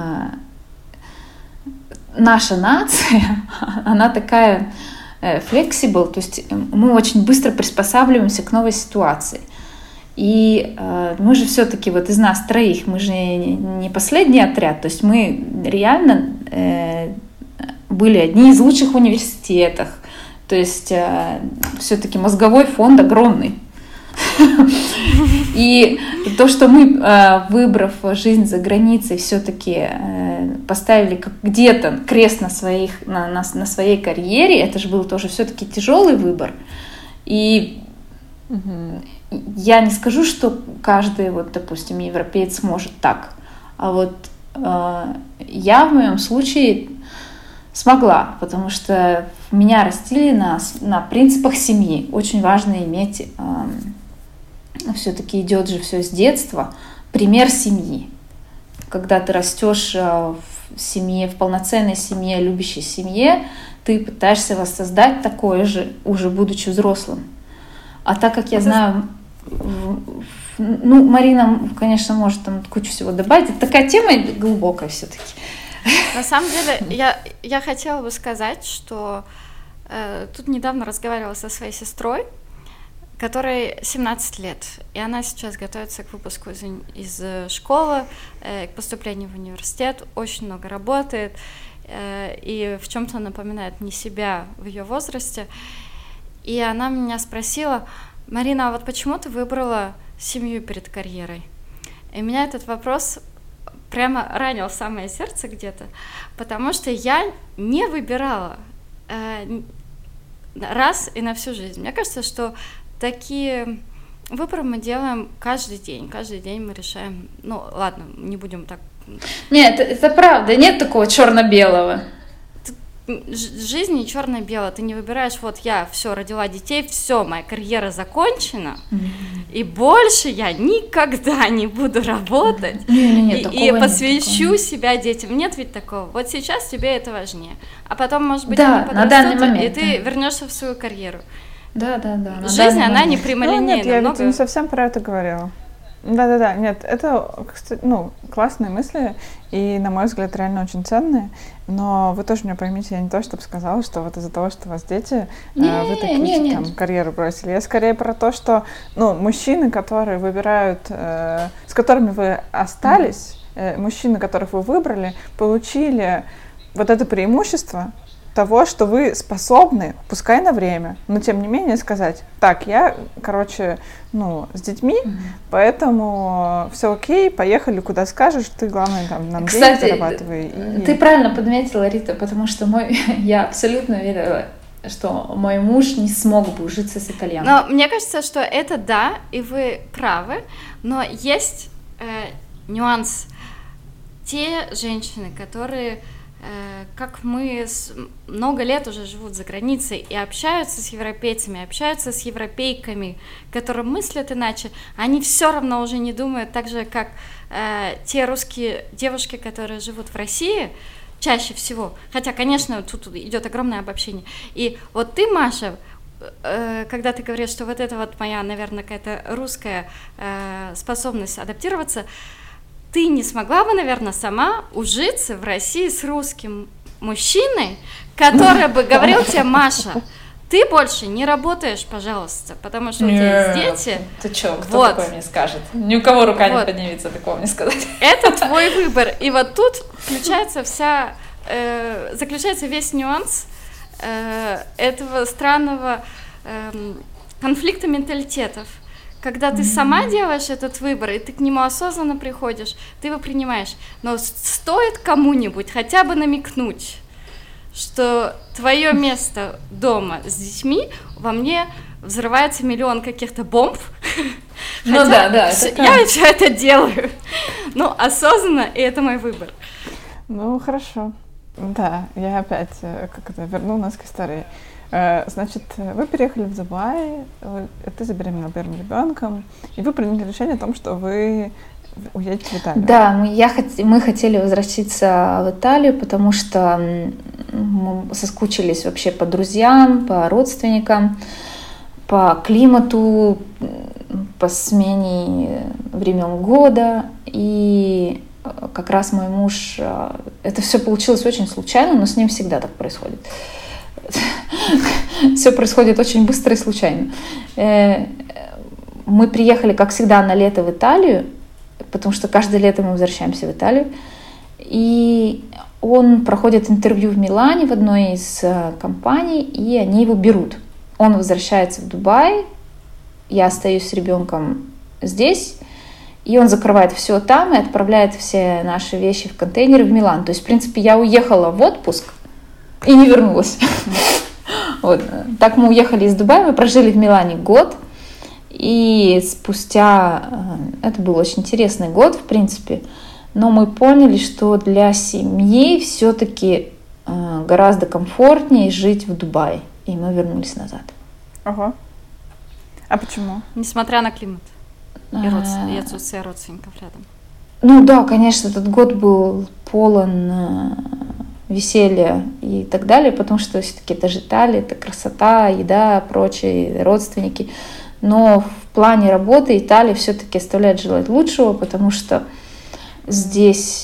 наша нация, она такая flexible, то есть мы очень быстро приспосабливаемся к новой ситуации. И э, мы же все-таки вот из нас троих, мы же не, не последний отряд, то есть мы реально э, были одни из лучших в университетах, то есть э, все-таки мозговой фонд огромный. И то, что мы, выбрав жизнь за границей, все-таки поставили где-то крест на, своих, на, на, на своей карьере, это же был тоже все-таки тяжелый выбор. И угу. я не скажу, что каждый, вот, допустим, европеец может так. А вот э, я в моем случае смогла, потому что меня растили на, на принципах семьи. Очень важно иметь, э, все-таки идет же все с детства, пример семьи. Когда ты растешь в семье, в полноценной семье, любящей семье, ты пытаешься воссоздать такое же, уже будучи взрослым. А так как я Это... знаю, ну, Марина, конечно, может там кучу всего добавить. Это такая тема глубокая все-таки. На самом деле, я, я хотела бы сказать, что э, тут недавно разговаривала со своей сестрой, которой семнадцать лет, и она сейчас готовится к выпуску из, из школы, э, к поступлению в университет, очень много работает, э, и в чем-то напоминает не себя в ее возрасте. И она меня спросила: Марина, а вот почему ты выбрала семью перед карьерой? И меня этот вопрос прямо ранил в самое сердце где-то, потому что я не выбирала э, раз и на всю жизнь. Мне кажется, что такие выборы мы делаем каждый день. Каждый день мы решаем. Ну, ладно, не будем так. Нет, это, это правда. Нет такого черно-белого. Жизнь не черно-белая. Ты не выбираешь, вот я все родила детей, все, моя карьера закончена, mm-hmm. и больше я никогда не буду работать mm-hmm. и, и посвящу нет, себя детям. Нет ведь такого. Вот сейчас тебе это важнее. А потом, может быть, да, они подрастут, момент, и ты да. вернешься в свою карьеру. Да, да, да. Жизнь, она не прямолинейна. Ну, нет, я много... ведь не совсем про это говорила. Да-да-да, нет, это, ну, классные мысли, и, на мой взгляд, реально очень ценные, но вы тоже меня поймите, я не то, чтобы сказала, что вот из-за того, что у вас дети, не, вы такие, не, там, карьеру бросили. Я скорее про то, что, ну, мужчины, которые выбирают, э, с которыми вы остались, э, мужчины, которых вы выбрали, получили вот это преимущество, того, что вы способны, пускай на время, но тем не менее сказать, так, я, короче, ну, с детьми, mm-hmm. поэтому все окей, поехали, куда скажешь, ты, главное, там, нам Кстати, денег зарабатывай. И... ты правильно подметила, Рита, потому что мой, я абсолютно верила, что мой муж не смог бы ужиться с итальянцем. Но мне кажется, что это да, и вы правы, но есть э, нюанс. Те женщины, которые, э, как мы, с, много лет уже живут за границей и общаются с европейцами, общаются с европейками, которые мыслят иначе, они все равно уже не думают так же, как э, те русские девушки, которые живут в России, чаще всего. Хотя, конечно, тут идет огромное обобщение. И вот ты, Маша, э, когда ты говоришь, что вот это вот моя, наверное, какая-то русская э, способность адаптироваться, ты не смогла бы, наверное, сама ужиться в России с русским мужчиной, который бы говорил тебе: Маша, ты больше не работаешь, пожалуйста, потому что у тебя есть дети. Ты чё, кто вот. Такое мне скажет? Ни у кого рука вот. Не поднимется такого мне сказать. Это твой выбор. И вот тут включается вся, э, заключается весь нюанс э, этого странного э, конфликта менталитетов. Когда ты сама делаешь этот выбор, и ты к нему осознанно приходишь, ты его принимаешь. Но стоит кому-нибудь хотя бы намекнуть, что твое место дома с детьми, во мне взрывается миллион каких-то бомб. Ну да, да. Я все это делаю. Ну, осознанно, и это мой выбор. Ну, хорошо. Да, я опять как это верну нас к истории. Значит, вы переехали в Дубай, ты забеременела первым ребенком, и вы приняли решение о том, что вы уедете в Италию. Да, мы, я, мы хотели возвратиться в Италию, потому что мы соскучились вообще по друзьям, по родственникам, по климату, по смене времен года. И как раз мой муж... Это все получилось очень случайно, но с ним всегда так происходит. Все происходит очень быстро и случайно. Мы приехали, как всегда, на лето в Италию, потому что каждое лето мы возвращаемся в Италию. И он проходит интервью в Милане в одной из компаний, и они его берут. Он возвращается в Дубай, я остаюсь с ребенком здесь, и он закрывает все там и отправляет все наши вещи в контейнеры в Милан. То есть, в принципе, я уехала в отпуск и не вернулась. Вот. Так мы уехали из Дубая, мы прожили в Милане год, и спустя... Это был очень интересный год, в принципе, но мы поняли, что для семьи все-таки гораздо комфортнее жить в Дубае, и мы вернулись назад. Ага. А почему? Несмотря на климат и, родствен... и отсутствие родственников рядом. Ну да, конечно, этот год был полон веселья и так далее, потому что все-таки это же Италия, это красота, еда, прочие родственники. Но в плане работы Италия все-таки оставляет желать лучшего, потому что здесь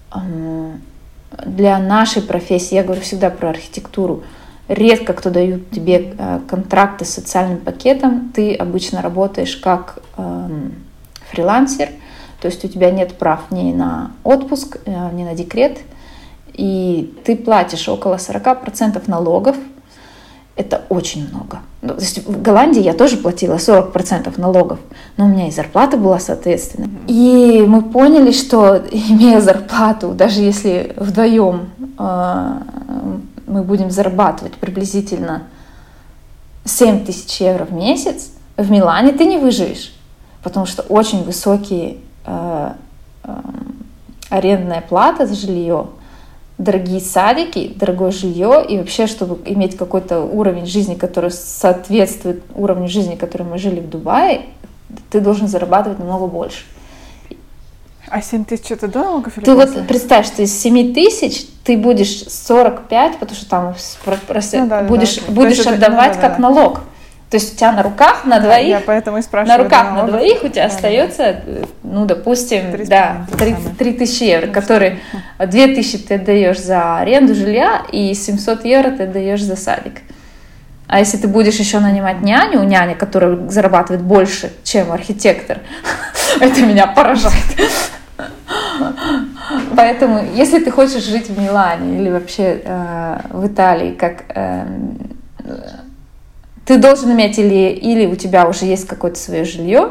для нашей профессии, я говорю всегда про архитектуру, редко кто дает тебе контракты с социальным пакетом. Ты обычно работаешь как фрилансер, то есть у тебя нет прав ни на отпуск, ни на декрет, и ты платишь около сорок процентов налогов. Это очень много. То есть в Голландии я тоже платила сорок процентов налогов, но у меня и зарплата была соответственно. И мы поняли, что имея зарплату, даже если вдвоем э, мы будем зарабатывать приблизительно семь тысяч евро в месяц, в Милане ты не выживешь, потому что очень высокие э, э, арендная плата за жилье, дорогие садики, дорогое жилье, и вообще, чтобы иметь какой-то уровень жизни, который соответствует уровню жизни, который мы жили в Дубае, ты должен зарабатывать намного больше. А семь тысяч это до налогов или Ты после? Вот представь, что из семь тысяч ты будешь сорок пять, потому что там ну, да, будешь, да, будешь это, отдавать да, да, как да. налог. То есть у тебя на руках на двоих, я поэтому и спрашиваю, на руках на двоих у тебя да, остается, да. ну, допустим, да, три тысячи евро, которые две тысячи ты отдаешь за аренду жилья и семьсот евро ты отдаешь за садик. А если ты будешь еще нанимать няню, няня, которая зарабатывает больше, чем архитектор, это меня поражает. Поэтому, если ты хочешь жить в Милане или вообще э, в Италии, как э, ты должен иметь или, или у тебя уже есть какое-то свое жилье,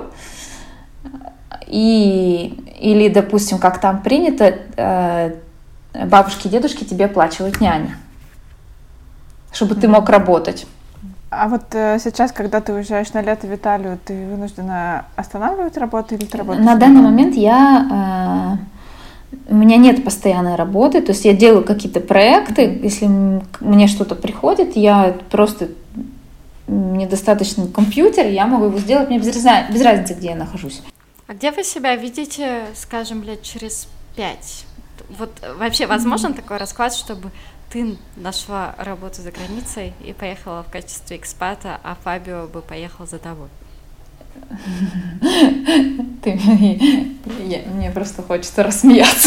и, или, допустим, как там принято, э, бабушки и дедушки тебе оплачивают няня, чтобы ты мог работать. А вот э, сейчас, когда ты уезжаешь на лето в Италию, ты вынуждена останавливать работу или ты работаешь? На данный момент я, э, у меня нет постоянной работы, то есть я делаю какие-то проекты, если мне что-то приходит, я просто, мне достаточно компьютер, я могу его сделать, мне без, разни- без разницы, где я нахожусь. А где вы себя видите, скажем, лет через пять? Вот вообще возможен mm-hmm. такой расклад, чтобы ты нашла работу за границей и поехала в качестве экспата, а Фабио бы поехал за тобой? Ты, я, мне просто хочется рассмеяться.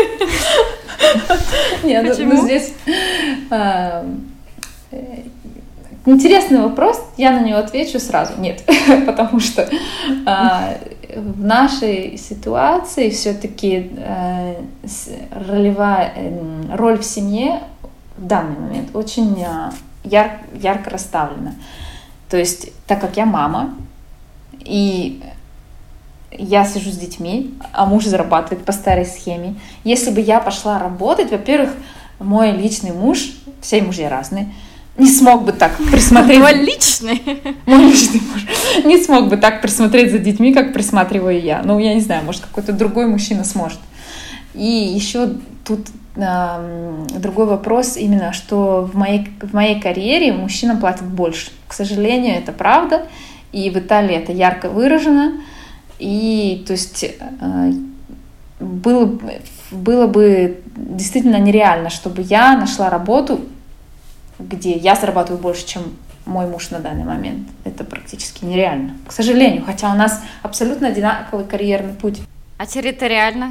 Нет, Почему? ну здесь а, интересный вопрос, я на него отвечу сразу. Нет, потому что а, в нашей ситуации все-таки а, ролевая роль в семье в данный момент очень яр, ярко расставлена. То есть, так как я мама, и я сижу с детьми, а муж зарабатывает по старой схеме, если бы я пошла работать, во-первых, мой личный муж, все мужья разные, не смог бы так присмотреть... Мой личный? Мой личный муж не смог бы так присмотреть за детьми, как присматриваю я. Ну, я не знаю, может, какой-то другой мужчина сможет. И еще тут другой вопрос именно, что в моей, в моей карьере мужчинам платят больше. К сожалению, это правда, и в Италии это ярко выражено, и то есть было, было бы действительно нереально, чтобы я нашла работу, где я зарабатываю больше, чем мой муж на данный момент. Это практически нереально, к сожалению, хотя у нас абсолютно одинаковый карьерный путь. А территориально?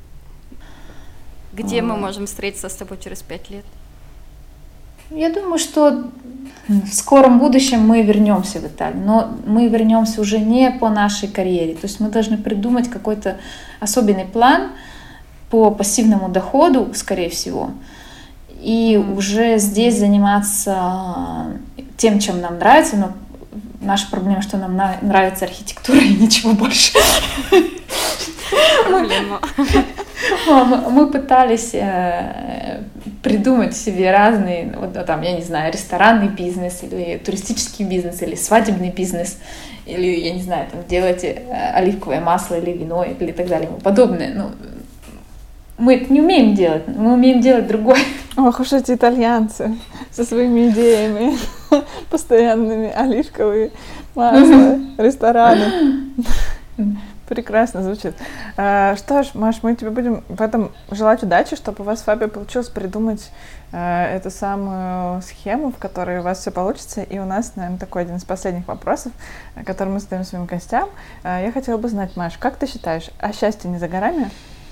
Где мы можем встретиться с тобой через пять лет? Я думаю, что в скором будущем мы вернемся в Италию, но мы вернемся уже не по нашей карьере. То есть мы должны придумать какой-то особенный план по пассивному доходу, скорее всего, и mm-hmm. уже здесь заниматься тем, чем нам нравится. Но наша проблема, что нам нравится архитектура и ничего больше. Проблема. Мы пытались э, придумать себе разные, вот, там, я не знаю, ресторанный бизнес, или туристический бизнес, или свадебный бизнес, или, я не знаю, там, делать э, оливковое масло, или вино, или так далее, и подобное. Ну, мы это не умеем делать, мы умеем делать другое. Ох уж эти итальянцы со своими идеями, постоянными оливковые масла, рестораны. Прекрасно звучит. Что ж, Маш, мы тебе будем в этом желать удачи, чтобы у вас с Фабио получилось придумать э, эту самую схему, в которой у вас все получится. И у нас, наверное, такой один из последних вопросов, который мы задаем своим гостям. Э, я хотела бы знать, Маш, как ты считаешь, а счастье не за горами?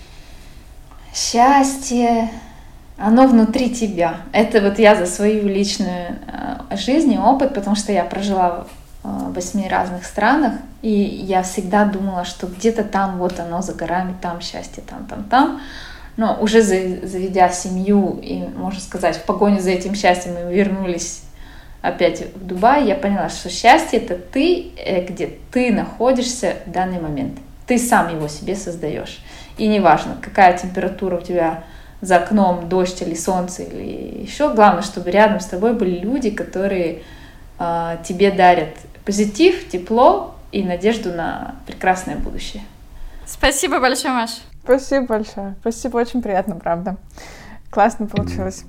Счастье, оно внутри тебя. Это вот я за свою личную э, жизнь и опыт, потому что я прожила в восьми разных странах, и я всегда думала, что где-то там вот оно за горами, там счастье, там, там, там. Но уже заведя семью и, можно сказать, в погоне за этим счастьем мы вернулись опять в Дубай, я поняла, что счастье — это ты, где ты находишься в данный момент. Ты сам его себе создаешь. И неважно, какая температура у тебя за окном, дождь или солнце, или еще. Главное, чтобы рядом с тобой были люди, которые э, тебе дарят позитив, тепло и надежду на прекрасное будущее. Спасибо большое, Маш. Спасибо большое. Спасибо, очень приятно, правда. Классно получилось.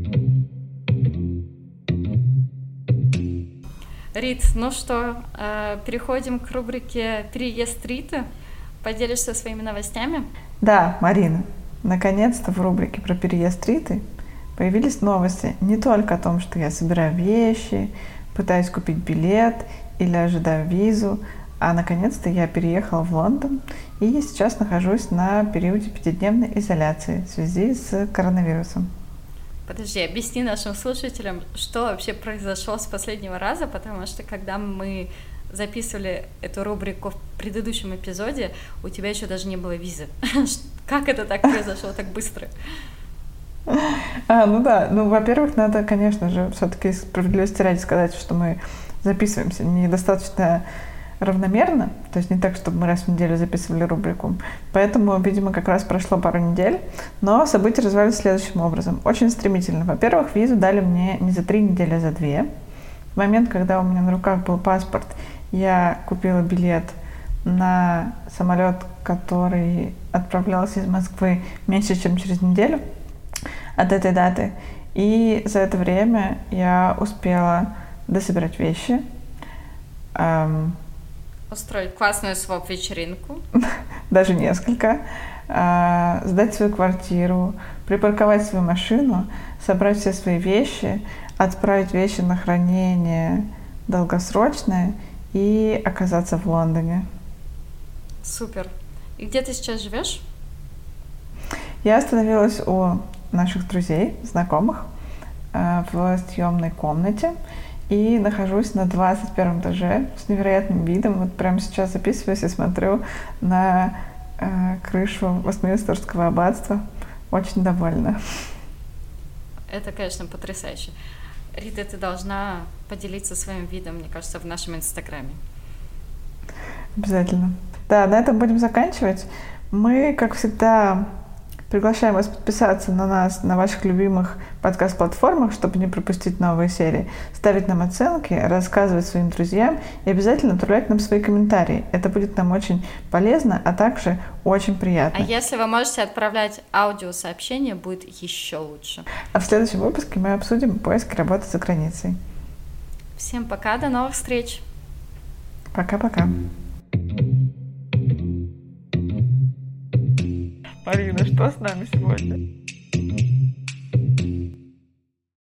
Рит, ну что, переходим к рубрике «Переезд Риты». Поделишься своими новостями? Да, Марина, наконец-то в рубрике про переезд Риты появились новости не только о том, что я собираю вещи, пытаюсь купить билет или ожидаю визу, а наконец-то я переехала в Лондон и сейчас нахожусь на периоде пятидневной изоляции в связи с коронавирусом. Подожди, объясни нашим слушателям, что вообще произошло с последнего раза, потому что когда мы записывали эту рубрику в предыдущем эпизоде, у тебя еще даже не было визы. Как это так произошло так быстро? А, ну да, ну, во-первых, надо, конечно же, все-таки справедливости ради сказать, что мы записываемся недостаточно равномерно, то есть не так, чтобы мы раз в неделю записывали рубрику. Поэтому, видимо, как раз прошло пару недель, но события развивались следующим образом. Очень стремительно. Во-первых, визу дали мне не за три недели, а за две. В момент, когда у меня на руках был паспорт, я купила билет на самолет, который отправлялся из Москвы меньше, чем через неделю от этой даты. И за это время я успела дособирать вещи, эм, устроить классную своп-вечеринку. Даже несколько. Э, сдать свою квартиру, припарковать свою машину, собрать все свои вещи, отправить вещи на хранение долгосрочное и оказаться в Лондоне. Супер. И где ты сейчас живешь? Я остановилась у наших друзей, знакомых, э, в съемной комнате и нахожусь на двадцать первом этаже с невероятным видом. Вот прямо сейчас записываюсь и смотрю на э, крышу Вестминстерского аббатства. Очень довольна. Это, конечно, потрясающе. Рита, ты должна поделиться своим видом, мне кажется, в нашем инстаграме. Обязательно. Да, на этом будем заканчивать. Мы, как всегда, приглашаем вас подписаться на нас на ваших любимых подкаст-платформах, чтобы не пропустить новые серии, ставить нам оценки, рассказывать своим друзьям и обязательно отправлять нам свои комментарии. Это будет нам очень полезно, а также очень приятно. А если вы можете отправлять аудиосообщения, будет еще лучше. А в следующем выпуске мы обсудим поиск работы за границей. Всем пока, до новых встреч. Пока-пока. Марина, что с нами сегодня?